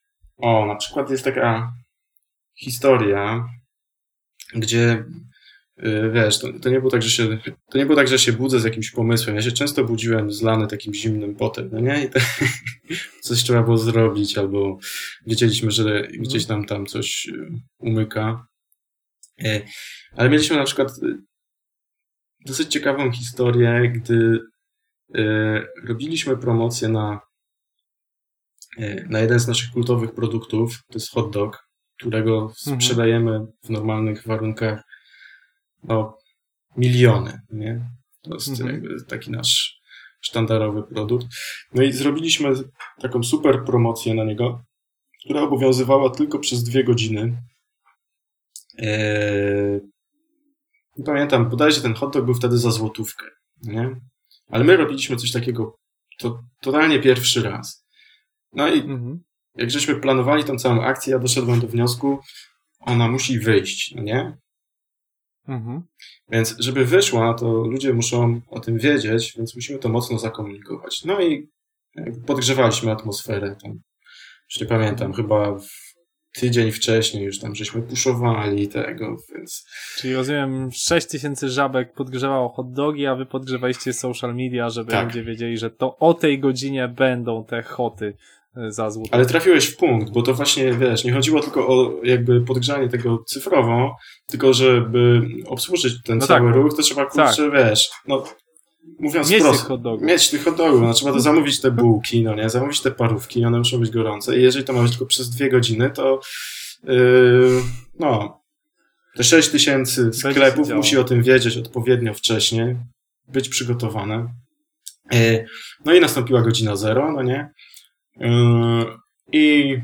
o, na przykład jest taka historia, gdzie yy, wiesz, to, to nie było tak, że się, to nie było tak, że się budzę z jakimś pomysłem. Ja się często budziłem zlany takim zimnym potem, no nie? I to, coś trzeba było zrobić, albo wiedzieliśmy, że gdzieś nam tam coś umyka. Yy, ale mieliśmy na przykład dosyć ciekawą historię, gdy yy, robiliśmy promocję na, yy, na jeden z naszych kultowych produktów, to jest hot dog, którego Mhm. sprzedajemy w normalnych warunkach no, miliony, nie? To jest Mhm. jakby taki nasz sztandarowy produkt. No i zrobiliśmy taką super promocję na niego, która obowiązywała tylko przez dwie godziny. Eee, nie pamiętam, bodajże ten hot dog był wtedy za złotówkę, nie? Ale my robiliśmy coś takiego to, totalnie pierwszy raz. No i Mhm. jak żeśmy planowali tą całą akcję, ja doszedłem do wniosku, ona musi wyjść, no nie? Mhm. Więc żeby wyszła, to ludzie muszą o tym wiedzieć, więc musimy to mocno zakomunikować. No i jakby podgrzewaliśmy atmosferę tam. Już nie pamiętam, chyba w tydzień wcześniej już tam żeśmy puszowali tego, więc... Czyli rozumiem, sześć tysięcy żabek podgrzewało hot dogi, a wy podgrzewaliście social media, żeby Tak. ludzie wiedzieli, że to o tej godzinie będą te hoty za złotówkę. Ale trafiłeś w punkt, bo to właśnie, wiesz, nie chodziło tylko o jakby podgrzanie tego cyfrowo, tylko żeby obsłużyć ten No cały tak. ruch, to trzeba, kurczę, wiesz, no mówiąc Mieć tych prosto, hot dogów. mieć tych hot dogów, no trzeba to zamówić te bułki, no nie, zamówić te parówki, one muszą być gorące i jeżeli to ma być tylko przez dwie godziny, to yy, no, te sześć tysięcy sklepów się musi działo. o tym wiedzieć odpowiednio wcześnie, być przygotowane. Yy, no i nastąpiła godzina zero, no nie, yy, i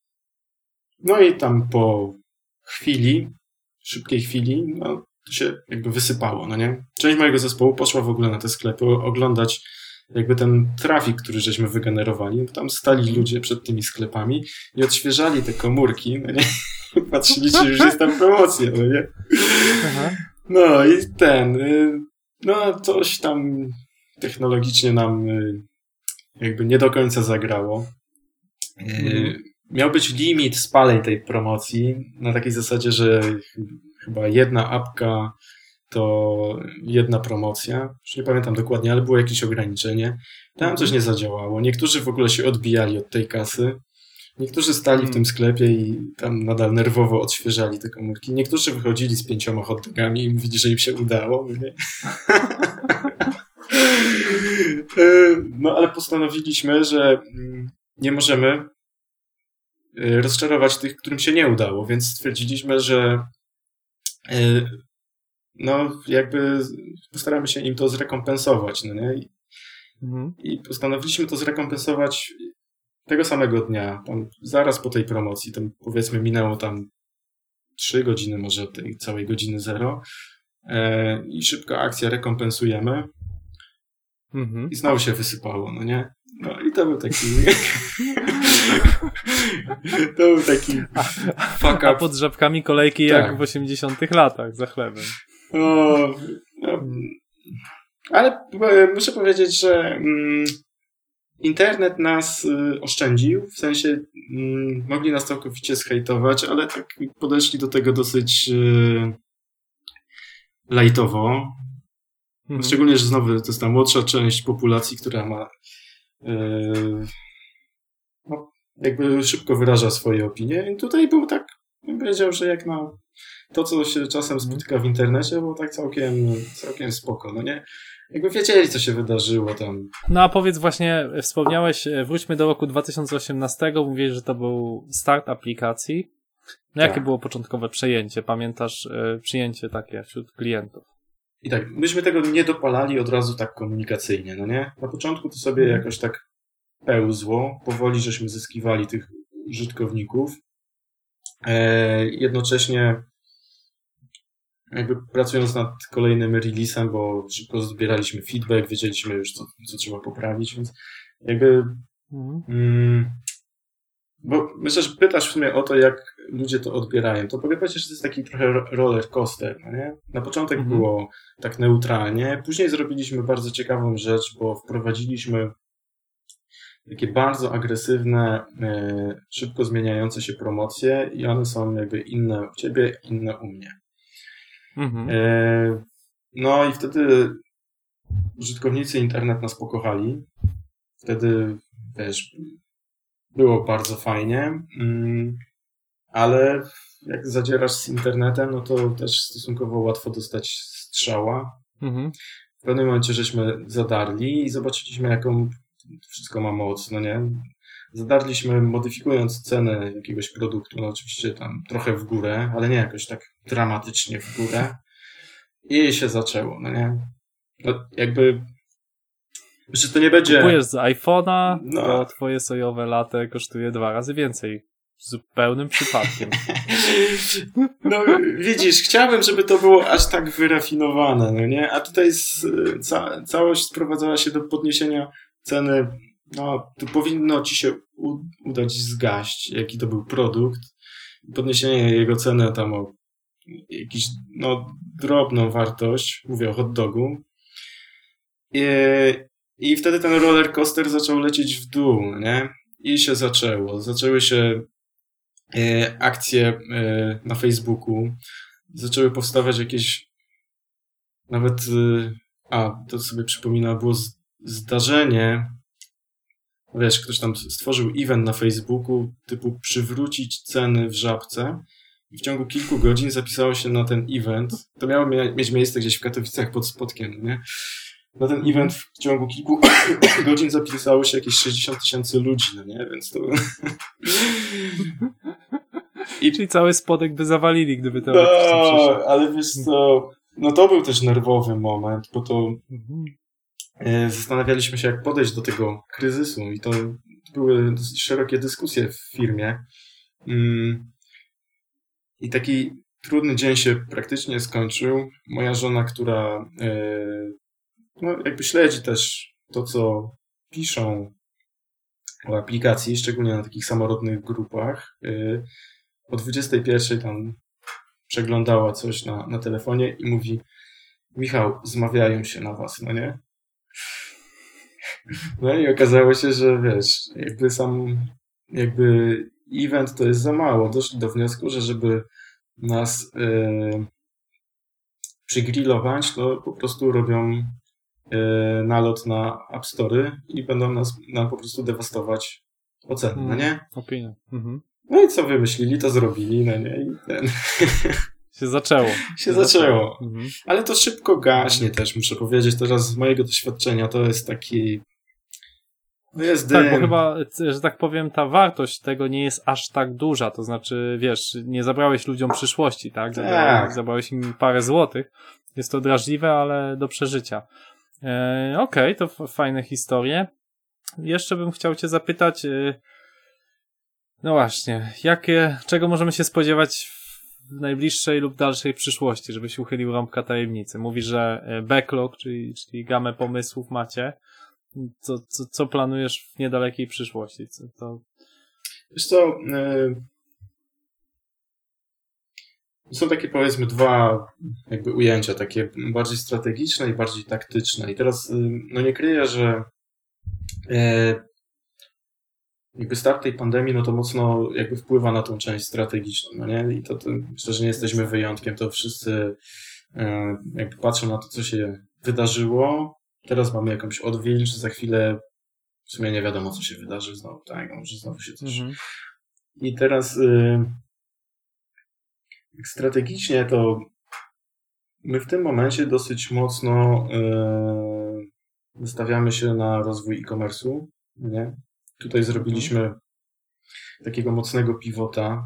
no i tam po chwili, szybkiej chwili, no to się jakby wysypało, no nie? Część mojego zespołu poszła w ogóle na te sklepy oglądać jakby ten trafik, który żeśmy wygenerowali. Tam stali ludzie przed tymi sklepami i odświeżali te komórki, no nie? Patrzyli, czy już jest tam promocja, no nie? Aha. No i ten, y, no coś tam technologicznie nam y, jakby nie do końca zagrało. Y, Mhm. Miał być limit spaleń tej promocji na takiej zasadzie, że ch- chyba jedna apka to jedna promocja. Już nie pamiętam dokładnie, ale było jakieś ograniczenie. Tam coś nie zadziałało. Niektórzy w ogóle się odbijali od tej kasy. Niektórzy stali w tym sklepie i tam nadal nerwowo odświeżali te komórki. Niektórzy wychodzili z pięcioma hot dogami i mówili, że im się udało. no Nie? No ale postanowiliśmy, że mm, nie możemy y, rozczarować tych, którym się nie udało, więc stwierdziliśmy, że y, no jakby postaramy się im to zrekompensować, no nie? I, Mhm. i postanowiliśmy to zrekompensować tego samego dnia, tam zaraz po tej promocji, tam powiedzmy minęło tam trzy godziny może od tej całej godziny zero e, i szybka akcja, rekompensujemy Mhm. i znowu się wysypało, no nie? No i to był taki to był taki fuck A up. pod żabkami kolejki Tak. jak w osiemdziesiątych latach za chlebem. O, no, ale e, muszę powiedzieć, że mm, internet nas y, oszczędził, w sensie mm, mogli nas całkowicie zhejtować, ale tak podeszli do tego dosyć y, lajtowo. Mhm. Szczególnie, że znowu to jest ta młodsza część populacji, która ma y, no, jakby szybko wyraża swoje opinie. I tutaj był tak, bym powiedział, że jak na to, co się czasem spotyka w internecie, było tak całkiem, całkiem spoko, no nie? Jakby wiedzieli, co się wydarzyło tam. No a powiedz właśnie, wspomniałeś, e, wróćmy do roku dwa tysiące osiemnastego, mówiłeś, że to był start aplikacji. No jakie Tak. było początkowe przejęcie? Pamiętasz e, przyjęcie takie wśród klientów? I tak, myśmy tego nie dopalali od razu tak komunikacyjnie, no nie? Na początku to sobie jakoś tak pełzło, powoli żeśmy zyskiwali tych użytkowników. E, jednocześnie jakby pracując nad kolejnym releasem, bo szybko zbieraliśmy feedback, wiedzieliśmy już, co, co trzeba poprawić, więc jakby Mhm. mm, bo myślę, że pytasz w sumie o to, jak ludzie to odbierają. To mogę powiedzieć, że to jest taki trochę roller coaster, no nie? Na początek Mhm. było tak neutralnie, później zrobiliśmy bardzo ciekawą rzecz, bo wprowadziliśmy takie bardzo agresywne, e, szybko zmieniające się promocje i one są jakby inne u ciebie, inne u mnie. Mhm. E, no i wtedy użytkownicy internet nas pokochali. Wtedy, wiesz, było bardzo fajnie, mm, ale jak zadzierasz z internetem, no to też stosunkowo łatwo dostać strzała. Mhm. W pewnym momencie żeśmy zadarli i zobaczyliśmy, jaką wszystko ma moc, no nie? Zadarliśmy, modyfikując cenę jakiegoś produktu, no oczywiście tam trochę w górę, ale nie jakoś tak dramatycznie w górę. I się zaczęło, no nie? No jakby, że to nie będzie... Kupujesz z iPhone'a, No. to twoje sojowe latte kosztuje dwa razy więcej. Zupełnym przypadkiem. No widzisz, chciałbym, żeby to było aż tak wyrafinowane, no nie? A tutaj z, ca, całość sprowadzała się do podniesienia ceny. No, tu powinno ci się u, udać zgaść, jaki to był produkt. Podniesienie jego ceny tam o jakiś, no, drobną wartość, mówię o hot dogu. I, i wtedy ten roller coaster zaczął lecieć w dół, no nie? I się zaczęło. Zaczęły się e, akcje e, na Facebooku. Zaczęły powstawać jakieś nawet, e, a, to sobie przypomina, było z, zdarzenie. Wiesz, ktoś tam stworzył event na Facebooku typu przywrócić ceny w Żabce i w ciągu kilku godzin zapisało się na ten event. To miało mia- mieć miejsce gdzieś w Katowicach pod Spodkiem, nie? Na ten event w ciągu kilku godzin zapisało się jakieś sześćdziesiąt tysięcy ludzi, no nie? Więc to... I czyli cały Spodek by zawalili, gdyby to No, przyszło. ale wiesz co, no to był też nerwowy moment, bo to Mhm. e, zastanawialiśmy się, jak podejść do tego kryzysu i to były dosyć szerokie dyskusje w firmie. Mm. I taki trudny dzień się praktycznie skończył. Moja żona, która e, no, jakby śledzi też to, co piszą o aplikacji, szczególnie na takich samorodnych grupach, e, o dwudziestej pierwszej tam przeglądała coś na, na telefonie i mówi: Michał, zmawiają się na was, no nie? No i okazało się, że wiesz, jakby sam jakby event to jest za mało. Doszli do wniosku, że żeby nas e, przygrillować, to po prostu robią e, nalot na App Story i będą nas nam po prostu dewastować oceny, no nie? Opinia. Mhm. No i co wymyślili, to zrobili, no nie? I ten... Się zaczęło. się zaczęło. Mhm. Ale to szybko gaśnie też, muszę powiedzieć. Teraz z mojego doświadczenia to jest taki... No jest dym. Tak, bo chyba, że tak powiem, ta wartość tego nie jest aż tak duża. To znaczy, wiesz, nie zabrałeś ludziom przyszłości, tak? Zabrałeś, Tak. zabrałeś im parę złotych. Jest to drażliwe, ale do przeżycia. E, Okej, okay, to f- fajne historie. Jeszcze bym chciał cię zapytać, e, no właśnie, jakie, czego możemy się spodziewać w najbliższej lub dalszej przyszłości, żebyś uchylił rąbka tajemnicy? Mówisz, że e, backlog, czyli, czyli gamę pomysłów macie. Co, co, co planujesz w niedalekiej przyszłości? Co, to... Wiesz co, y... są takie, powiedzmy, dwa jakby ujęcia, takie bardziej strategiczne i bardziej taktyczne. I teraz y, no nie kryję, że y... jakby start tej pandemii, no to mocno jakby wpływa na tą część strategiczną, no nie? I to, to myślę, że nie jesteśmy wyjątkiem, to wszyscy y... jakby patrzą na to, co się wydarzyło. Teraz mamy jakąś odwilż, za chwilę w sumie nie wiadomo, co się wydarzy znowu, tak? Może znowu się coś... Mhm. I teraz y, strategicznie to my w tym momencie dosyć mocno y, wystawiamy się na rozwój e-commerce'u, nie? Tutaj zrobiliśmy takiego mocnego pivota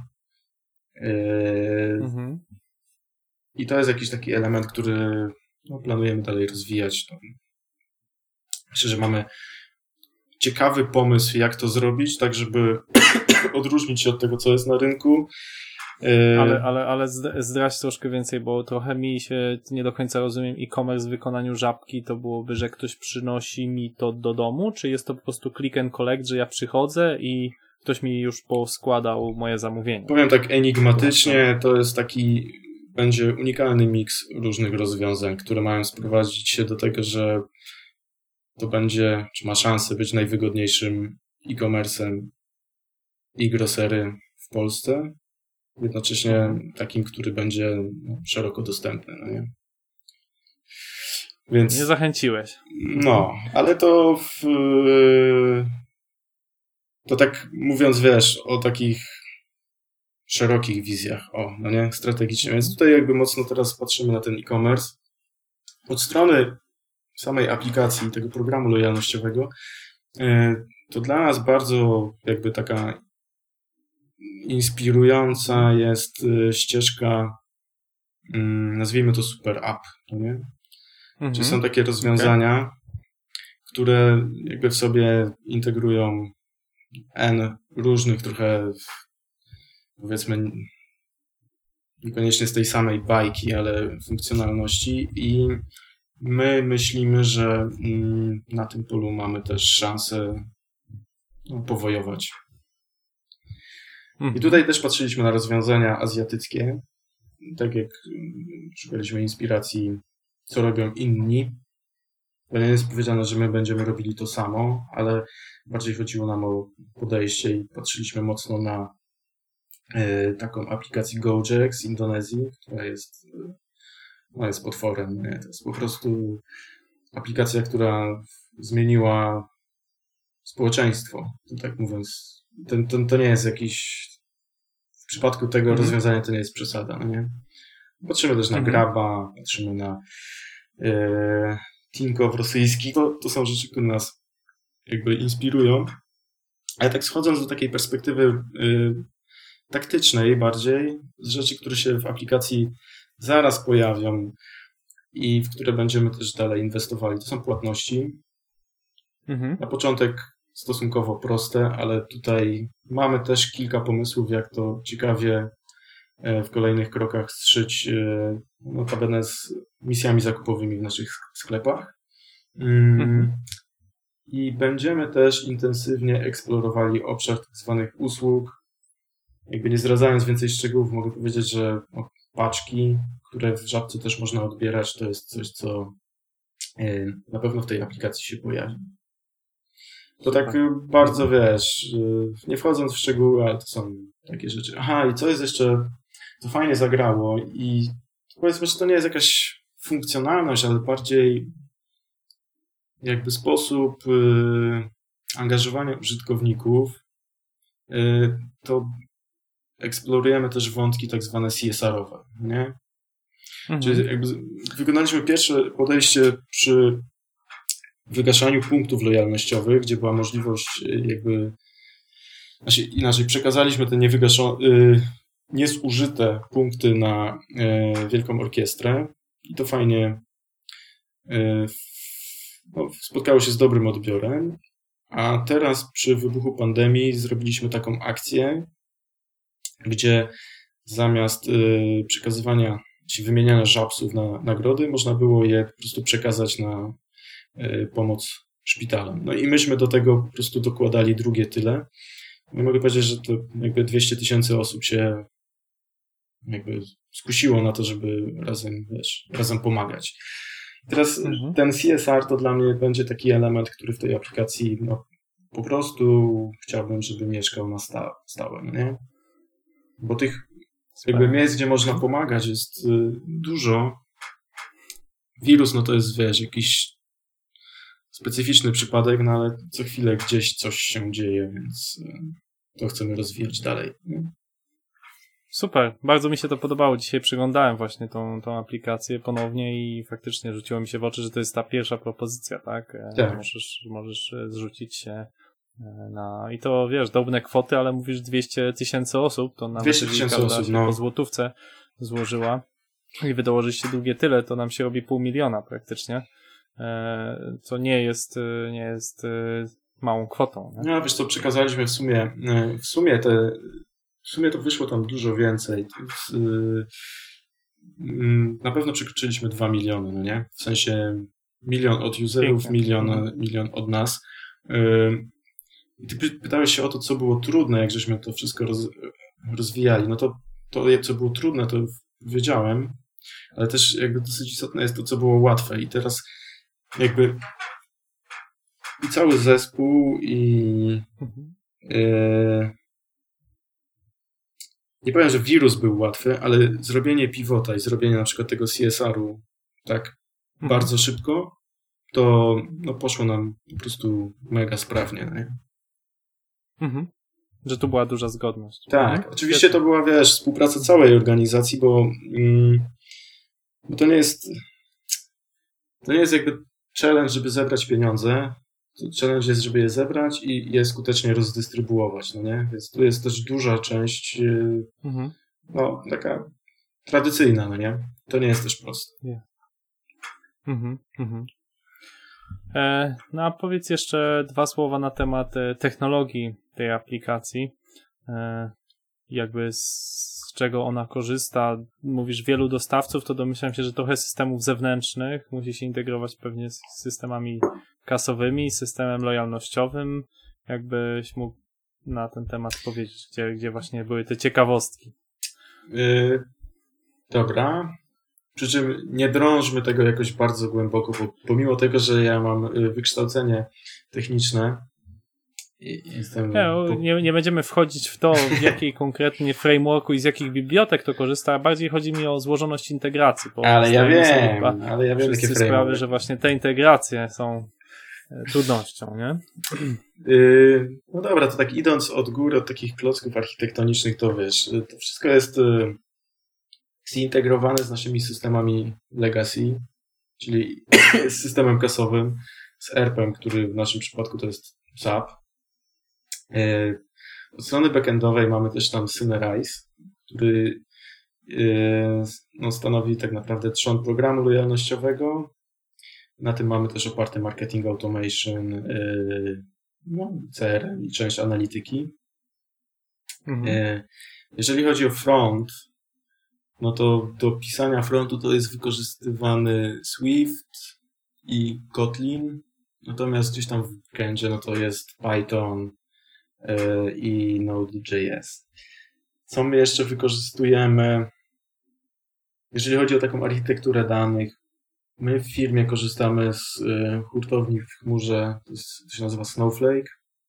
y, Mhm. i to jest jakiś taki element, który no, planujemy dalej rozwijać. To myślę, że mamy ciekawy pomysł, jak to zrobić, tak żeby odróżnić się od tego, co jest na rynku. Ale, ale, ale zdradź troszkę więcej, bo trochę mi się nie do końca rozumiem e-commerce w wykonaniu Żabki, to byłoby, że ktoś przynosi mi to do domu, czy jest to po prostu click and collect, że ja przychodzę i ktoś mi już poskładał moje zamówienie? Powiem tak enigmatycznie, to jest taki, będzie unikalny miks różnych rozwiązań, które mają sprowadzić się do tego, że to będzie, czy ma szansę być najwygodniejszym e-commerce'em i grocery w Polsce. jednocześnie takim, który będzie no, szeroko dostępny, no nie? Więc, Nie zachęciłeś. no, ale to w, to tak mówiąc, wiesz, o takich szerokich wizjach, o, no nie, strategicznie. Więc tutaj jakby mocno teraz patrzymy na ten e-commerce. Od strony samej aplikacji, tego programu lojalnościowego, to dla nas bardzo jakby taka inspirująca jest ścieżka, nazwijmy to super app, no nie? Mhm. Czyli są takie rozwiązania, okay. które jakby w sobie integrują N różnych trochę, powiedzmy, niekoniecznie z tej samej bajki, ale funkcjonalności i my myślimy, że na tym polu mamy też szansę no, powojować. Mhm. I tutaj też patrzyliśmy na rozwiązania azjatyckie, tak jak szukaliśmy inspiracji, co robią inni. To nie jest powiedziane, że my będziemy robili to samo, ale bardziej chodziło nam o podejście i patrzyliśmy mocno na y, taką aplikację Gojek z Indonezji, która jest, y, no jest potworem. Nie? To jest po prostu aplikacja, która zmieniła społeczeństwo. To tak mówiąc, to, to, to nie jest jakiś, w przypadku tego mhm. rozwiązania to nie jest przesada. No nie? Patrzymy też na mhm. Graba, patrzymy na y, Tinkow rosyjski, to, to są rzeczy, które nas jakby inspirują. Ale tak schodząc do takiej perspektywy y, taktycznej bardziej, z rzeczy, które się w aplikacji zaraz pojawią i w które będziemy też dalej inwestowali, to są płatności. Mhm. Na początek stosunkowo proste, ale tutaj mamy też kilka pomysłów, jak to ciekawie w kolejnych krokach strzyć, notabene z misjami zakupowymi w naszych sklepach. Mhm. I będziemy też intensywnie eksplorowali obszar tak zwanych usług. Jakby nie zdradzając więcej szczegółów, mogę powiedzieć, że no, paczki, które w Żabce też można odbierać, to jest coś, co na pewno w tej aplikacji się pojawi. To tak bardzo, wiesz, nie wchodząc w szczegóły, ale to są takie rzeczy. Aha, i co jest jeszcze, co fajnie zagrało i powiedzmy, że to nie jest jakaś funkcjonalność, ale bardziej jakby sposób y, angażowania użytkowników, y, to eksplorujemy też wątki tak zwane C S R-owe, nie? Mhm. Czyli jakby wykonaliśmy pierwsze podejście przy wygaszaniu punktów lojalnościowych, gdzie była możliwość jakby, znaczy inaczej, przekazaliśmy te niewygaszone, y, niezużyte punkty na y, Wielką Orkiestrę i to fajnie y, no, spotkało się z dobrym odbiorem, a teraz przy wybuchu pandemii zrobiliśmy taką akcję, gdzie zamiast y, przekazywania czy wymieniania żabsów na nagrody, można było je po prostu przekazać na y, pomoc szpitalom. No i myśmy do tego po prostu dokładali drugie tyle. No mogę powiedzieć, że to jakby dwieście tysięcy osób się jakby skusiło na to, żeby razem, wiesz, razem pomagać. Teraz mhm. ten C S R to dla mnie będzie taki element, który w tej aplikacji no, po prostu chciałbym, żeby mieszkał na sta- stałe, no nie? Bo tych jakby miejsc, gdzie można pomagać jest y, dużo. Wirus, no to jest, wiesz, jakiś specyficzny przypadek, no ale co chwilę gdzieś coś się dzieje, więc y, to chcemy rozwijać dalej. Nie? Super, bardzo mi się to podobało. Dzisiaj przeglądałem właśnie tą, tą aplikację ponownie i faktycznie rzuciło mi się w oczy, że to jest ta pierwsza propozycja, tak? Tak. Możesz, możesz zrzucić się na... I to, wiesz, drobne kwoty, ale mówisz dwieście tysięcy osób, to nawet jeżeli każda się no. po złotówce złożyła i wy dołożycie drugie tyle, to nam się robi pół miliona praktycznie, co nie jest, nie jest małą kwotą. Nie? No wiesz co, przekazaliśmy w sumie, w sumie te W sumie to wyszło tam dużo więcej. Na pewno przekroczyliśmy dwa miliony, no nie? W sensie milion od userów, milion, milion od nas. I ty pytałeś się o to, co było trudne, jak żeśmy to wszystko roz, rozwijali. No to, to, co było trudne, to wiedziałem, ale też jakby dosyć istotne jest to, co było łatwe. I teraz jakby i cały zespół i... Mhm. Yy, nie powiem, że wirus był łatwy, ale zrobienie pivota i zrobienie na przykład tego C S R-u tak Mhm. bardzo szybko, to no, poszło nam po prostu mega sprawnie. Nie? Mhm. Że tu była duża zgodność. Tak, Mhm. oczywiście to była, wiesz, współpraca całej organizacji, bo, mm, bo to nie jest to nie jest jakby challenge, żeby zebrać pieniądze. To challenge jest, żeby je zebrać i je skutecznie rozdystrybuować, no nie? Więc tu jest też duża część, yy, Mhm. no, taka tradycyjna, no nie? To nie jest też proste. Mhm. Mhm. E, no a powiedz jeszcze dwa słowa na temat e, technologii tej aplikacji. E, jakby z czego ona korzysta. Mówisz wielu dostawców, to domyślam się, że trochę systemów zewnętrznych musi się integrować pewnie z systemami kasowymi, systemem lojalnościowym. Jakbyś mógł na ten temat powiedzieć, gdzie, gdzie właśnie były te ciekawostki. Yy, dobra. Przy czym nie drążmy tego jakoś bardzo głęboko, bo pomimo tego, że ja mam yy, wykształcenie techniczne i jestem... Nie, no, nie, nie będziemy wchodzić w to, w jakiej konkretnie frameworku i z jakich bibliotek to korzysta, a bardziej chodzi mi o złożoność integracji. Bo Ale ja zdajemy sobie wiem, chyba ale ja wiem, wszyscy jakie sprawy, frameworki. że właśnie te integracje są e, trudnością, nie? Yy, no dobra, to tak idąc od góry, od takich klocków architektonicznych, to wiesz, to wszystko jest yy, zintegrowane z naszymi systemami legacy, czyli z systemem kasowym, z E R P em, który w naszym przypadku to jest S A P. Yy, od strony backendowej mamy też tam Synerize, który yy, no, stanowi tak naprawdę trzon programu lojalnościowego. Na tym mamy też oparte marketing automation, yy, no, C R M i część analityki. Mhm. Yy, jeżeli chodzi o front, no to do pisania frontu to jest wykorzystywany Swift i Kotlin, natomiast gdzieś tam w backendzie no to jest Python yy, i Node.js. Co my jeszcze wykorzystujemy? Jeżeli chodzi o taką architekturę danych, my w firmie korzystamy z y, hurtowni w chmurze, to, jest, to się nazywa Snowflake.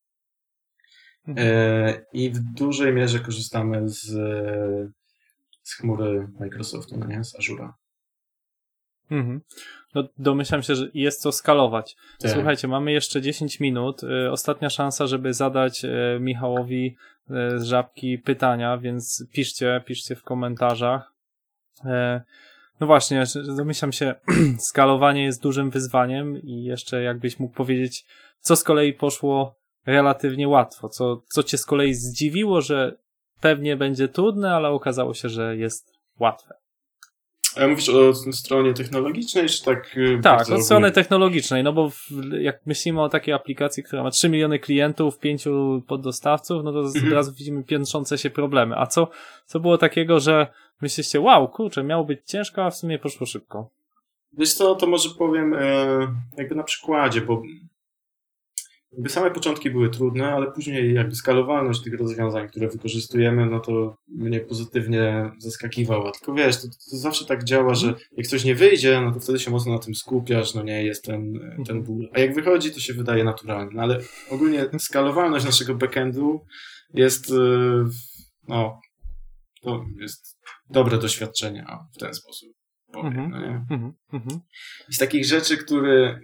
Mhm. E, I w dużej mierze korzystamy z, z chmury Microsoftu, no nie? Z Azure'a. Mhm. No, domyślam się, że jest co skalować. Tak. Słuchajcie, mamy jeszcze dziesięć minut. Y, Ostatnia szansa, żeby zadać y, Michałowi y, z Żabki pytania, więc piszcie, piszcie w komentarzach. E, No właśnie, że- domyślam się, skalowanie jest dużym wyzwaniem i jeszcze jakbyś mógł powiedzieć, co z kolei poszło relatywnie łatwo, co, co cię z kolei zdziwiło, że pewnie będzie trudne, ale okazało się, że jest łatwe. A mówisz o stronie technologicznej, czy tak? y, Tak, bardzo od strony ogólnie? technologicznej, no bo w, jak myślimy o takiej aplikacji, która ma trzy miliony klientów, pięciu poddostawców, no to z- Mhm. od razu widzimy piętrzące się problemy. A co, co było takiego, że myślicie, wow, kurczę, miało być ciężko, a w sumie poszło szybko? Wiesz co, to może powiem e, jakby na przykładzie, bo jakby same początki były trudne, ale później jakby skalowalność tych rozwiązań, które wykorzystujemy, no to mnie pozytywnie zaskakiwała. Tylko wiesz, to, to zawsze tak działa, że jak coś nie wyjdzie, no to wtedy się mocno na tym skupiasz, no nie, jest ten, ten ból. A jak wychodzi, to się wydaje naturalne. No ale ogólnie skalowalność naszego backendu jest, e, no, to jest dobre doświadczenie a w ten sposób powiem, Mhm. no nie? Mhm, mhm, Z takich rzeczy, które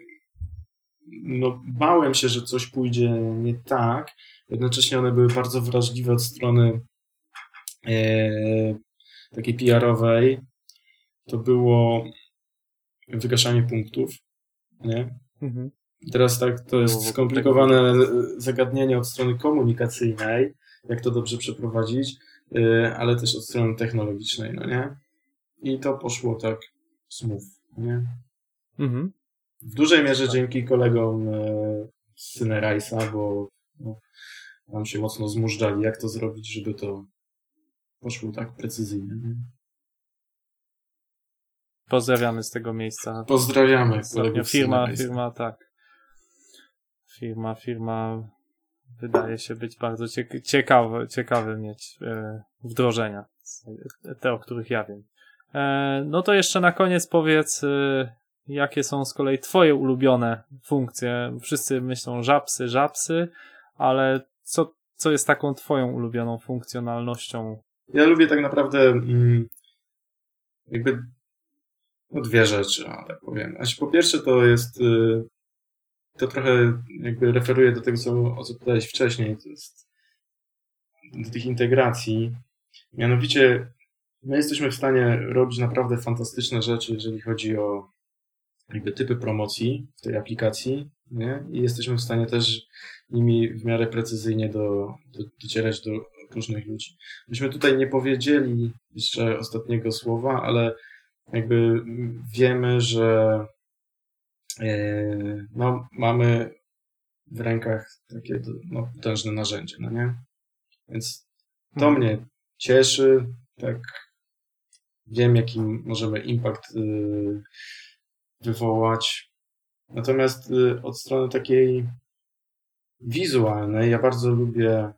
no, bałem się, że coś pójdzie nie tak, jednocześnie one były bardzo wrażliwe od strony e, takiej P R-owej, to było wygaszanie punktów, nie? mhm. Teraz tak, to Było jest wokół skomplikowane zagadnienie od strony komunikacyjnej, jak to dobrze przeprowadzić, e, ale też od strony technologicznej, no nie? I to poszło tak smooth, nie? Mhm. W dużej mierze dzięki kolegom e, z Synerize'a, bo no, nam się mocno zmużdżali, jak to zrobić, żeby to poszło tak precyzyjnie. Nie? Pozdrawiamy z tego miejsca. Pozdrawiamy Ostatnio kolegów z firma, Synerize'a. firma, tak. Firma, firma wydaje się być bardzo ciek- ciekawy, ciekawy mieć e, wdrożenia, te, o których ja wiem. E, no to jeszcze na koniec powiedz, e, jakie są z kolei twoje ulubione funkcje. Wszyscy myślą żabsy, żabsy, ale co, co jest taką twoją ulubioną funkcjonalnością ja lubię tak naprawdę mm, jakby no dwie rzeczy, o, tak powiem. Znaczy, po pierwsze to jest y, to trochę jakby referuje do tego, co, o co pytałeś wcześniej, to jest do tych integracji. Mianowicie my jesteśmy w stanie robić naprawdę fantastyczne rzeczy, jeżeli chodzi o jakby typy promocji w tej aplikacji, nie? I jesteśmy w stanie też nimi w miarę precyzyjnie do, do, docierać do różnych ludzi. Myśmy tutaj nie powiedzieli jeszcze ostatniego słowa, ale jakby wiemy, że yy, no, mamy w rękach takie no, potężne narzędzie, no nie? Więc to hmm. mnie cieszy, tak wiem, jaki możemy impact yy, wywołać. Natomiast yy, od strony takiej wizualnej ja bardzo lubię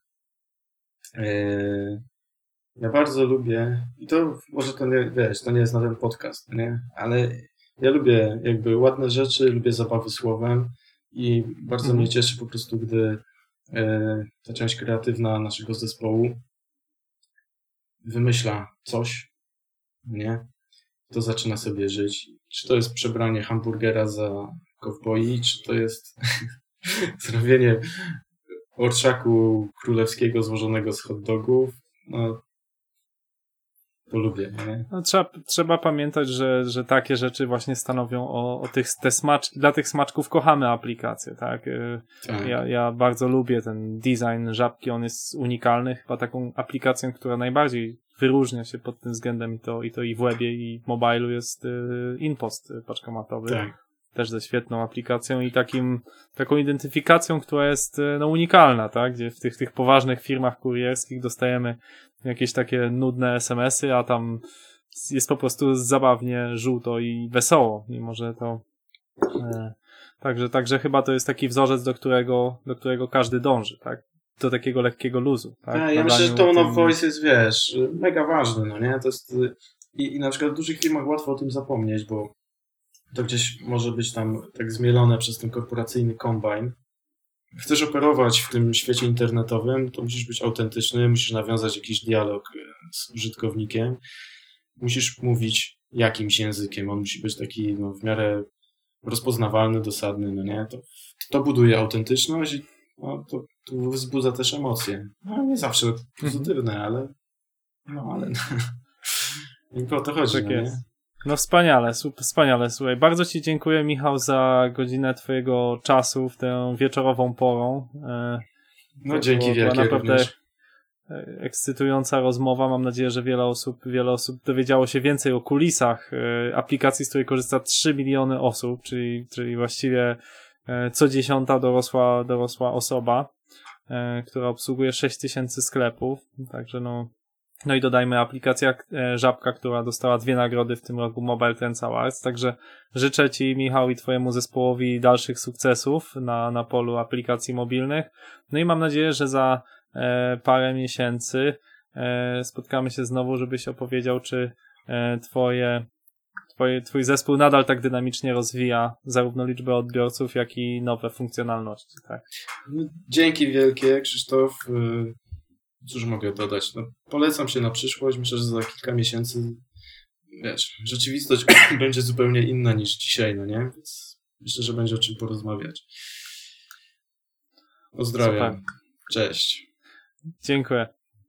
yy, ja bardzo lubię i to może to nie, wiesz, to nie jest na ten podcast, nie? Ale ja lubię jakby ładne rzeczy, lubię zabawy słowem i bardzo mm. mnie cieszy po prostu, gdy yy, ta część kreatywna naszego zespołu wymyśla coś, nie? To zaczyna sobie żyć. Czy to jest przebranie hamburgera za kowboi, czy to jest zrobienie orszaku królewskiego złożonego z hot dogów. No, to lubię, nie? No, trzeba, trzeba pamiętać, że, że takie rzeczy właśnie stanowią o, o tych, te smaczki, dla tych smaczków kochamy aplikacje, tak? tak. Ja, ja bardzo lubię ten design Żabki, on jest unikalny, chyba taką aplikacją, która najbardziej wyróżnia się pod tym względem i to i, to i w webie, i w mobilu jest y, InPost paczkomatowy. Tak. Też ze świetną aplikacją i takim, taką identyfikacją, która jest no, unikalna, tak? Gdzie w tych, tych poważnych firmach kurierskich dostajemy jakieś takie nudne es em esy, a tam jest po prostu zabawnie, żółto i wesoło, mimo że to e, także, także chyba to jest taki wzorzec, do którego, do którego każdy dąży, tak? Do takiego lekkiego luzu, tak? Ja, ja myślę, że tone of voice jest, wiesz, mega ważny, no nie? To jest i, i na przykład w dużych firmach łatwo o tym zapomnieć, bo to gdzieś może być tam tak zmielone przez ten korporacyjny kombajn. Chcesz operować w tym świecie internetowym, to musisz być autentyczny, musisz nawiązać jakiś dialog z użytkownikiem, musisz mówić jakimś językiem, on musi być taki no, w miarę rozpoznawalny, dosadny, no nie? To, to buduje autentyczność i no, to, to wzbudza też emocje. No nie zawsze pozytywne, ale no ale nie o to chodzi, tak no, jest. Nie? No wspaniale, super, wspaniale, słuchaj. Bardzo Ci dziękuję, Michał, za godzinę Twojego czasu w tę wieczorową porą. No to dzięki była, wielkie była naprawdę również. Ekscytująca rozmowa. Mam nadzieję, że wiele osób, wiele osób dowiedziało się więcej o kulisach aplikacji, z której korzysta trzy miliony osób, czyli, czyli właściwie co dziesiąta dorosła, dorosła osoba, która obsługuje sześć tysięcy sklepów. Także no, No i dodajmy aplikacja Żabka, która dostała dwie nagrody w tym roku Mobile Trends Awards. Także życzę Ci, Michał, i Twojemu zespołowi dalszych sukcesów na, na polu aplikacji mobilnych. No i mam nadzieję, że za e, parę miesięcy e, spotkamy się znowu, żebyś opowiedział, czy e, twoje, twoje, Twój zespół nadal tak dynamicznie rozwija zarówno liczbę odbiorców, jak i nowe funkcjonalności. Tak? Dzięki wielkie, Krzysztof. Cóż mogę dodać? No, polecam się na przyszłość. Myślę, że za kilka miesięcy, wiesz, rzeczywistość będzie zupełnie inna niż dzisiaj, no nie? Więc myślę, że będzie o czym porozmawiać. Pozdrawiam. Super. Cześć. Dziękuję.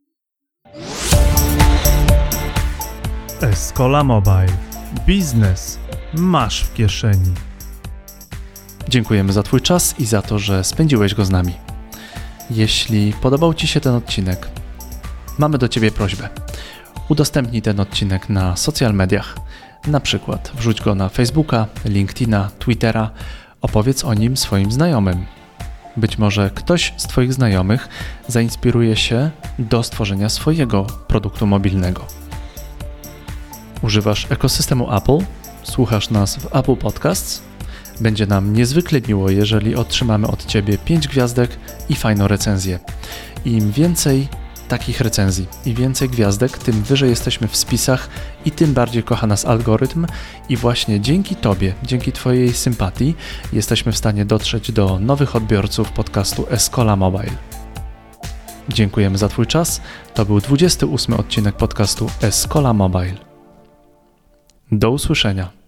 Escola Mobile. Biznes masz w kieszeni. Dziękujemy za Twój czas i za to, że spędziłeś go z nami. Jeśli podobał Ci się ten odcinek, mamy do Ciebie prośbę. Udostępnij ten odcinek na social mediach. Na przykład wrzuć go na Facebooka, LinkedIna, Twittera. Opowiedz o nim swoim znajomym. Być może ktoś z Twoich znajomych zainspiruje się do stworzenia swojego produktu mobilnego. Używasz ekosystemu Apple? Słuchasz nas w Apple Podcasts? Będzie nam niezwykle miło, jeżeli otrzymamy od Ciebie pięć gwiazdek i fajną recenzję. Im więcej takich recenzji i więcej gwiazdek, tym wyżej jesteśmy w spisach i tym bardziej kocha nas algorytm i właśnie dzięki Tobie, dzięki Twojej sympatii jesteśmy w stanie dotrzeć do nowych odbiorców podcastu Escola Mobile. Dziękujemy za Twój czas. To był dwudziesty ósmy odcinek podcastu Escola Mobile. Do usłyszenia.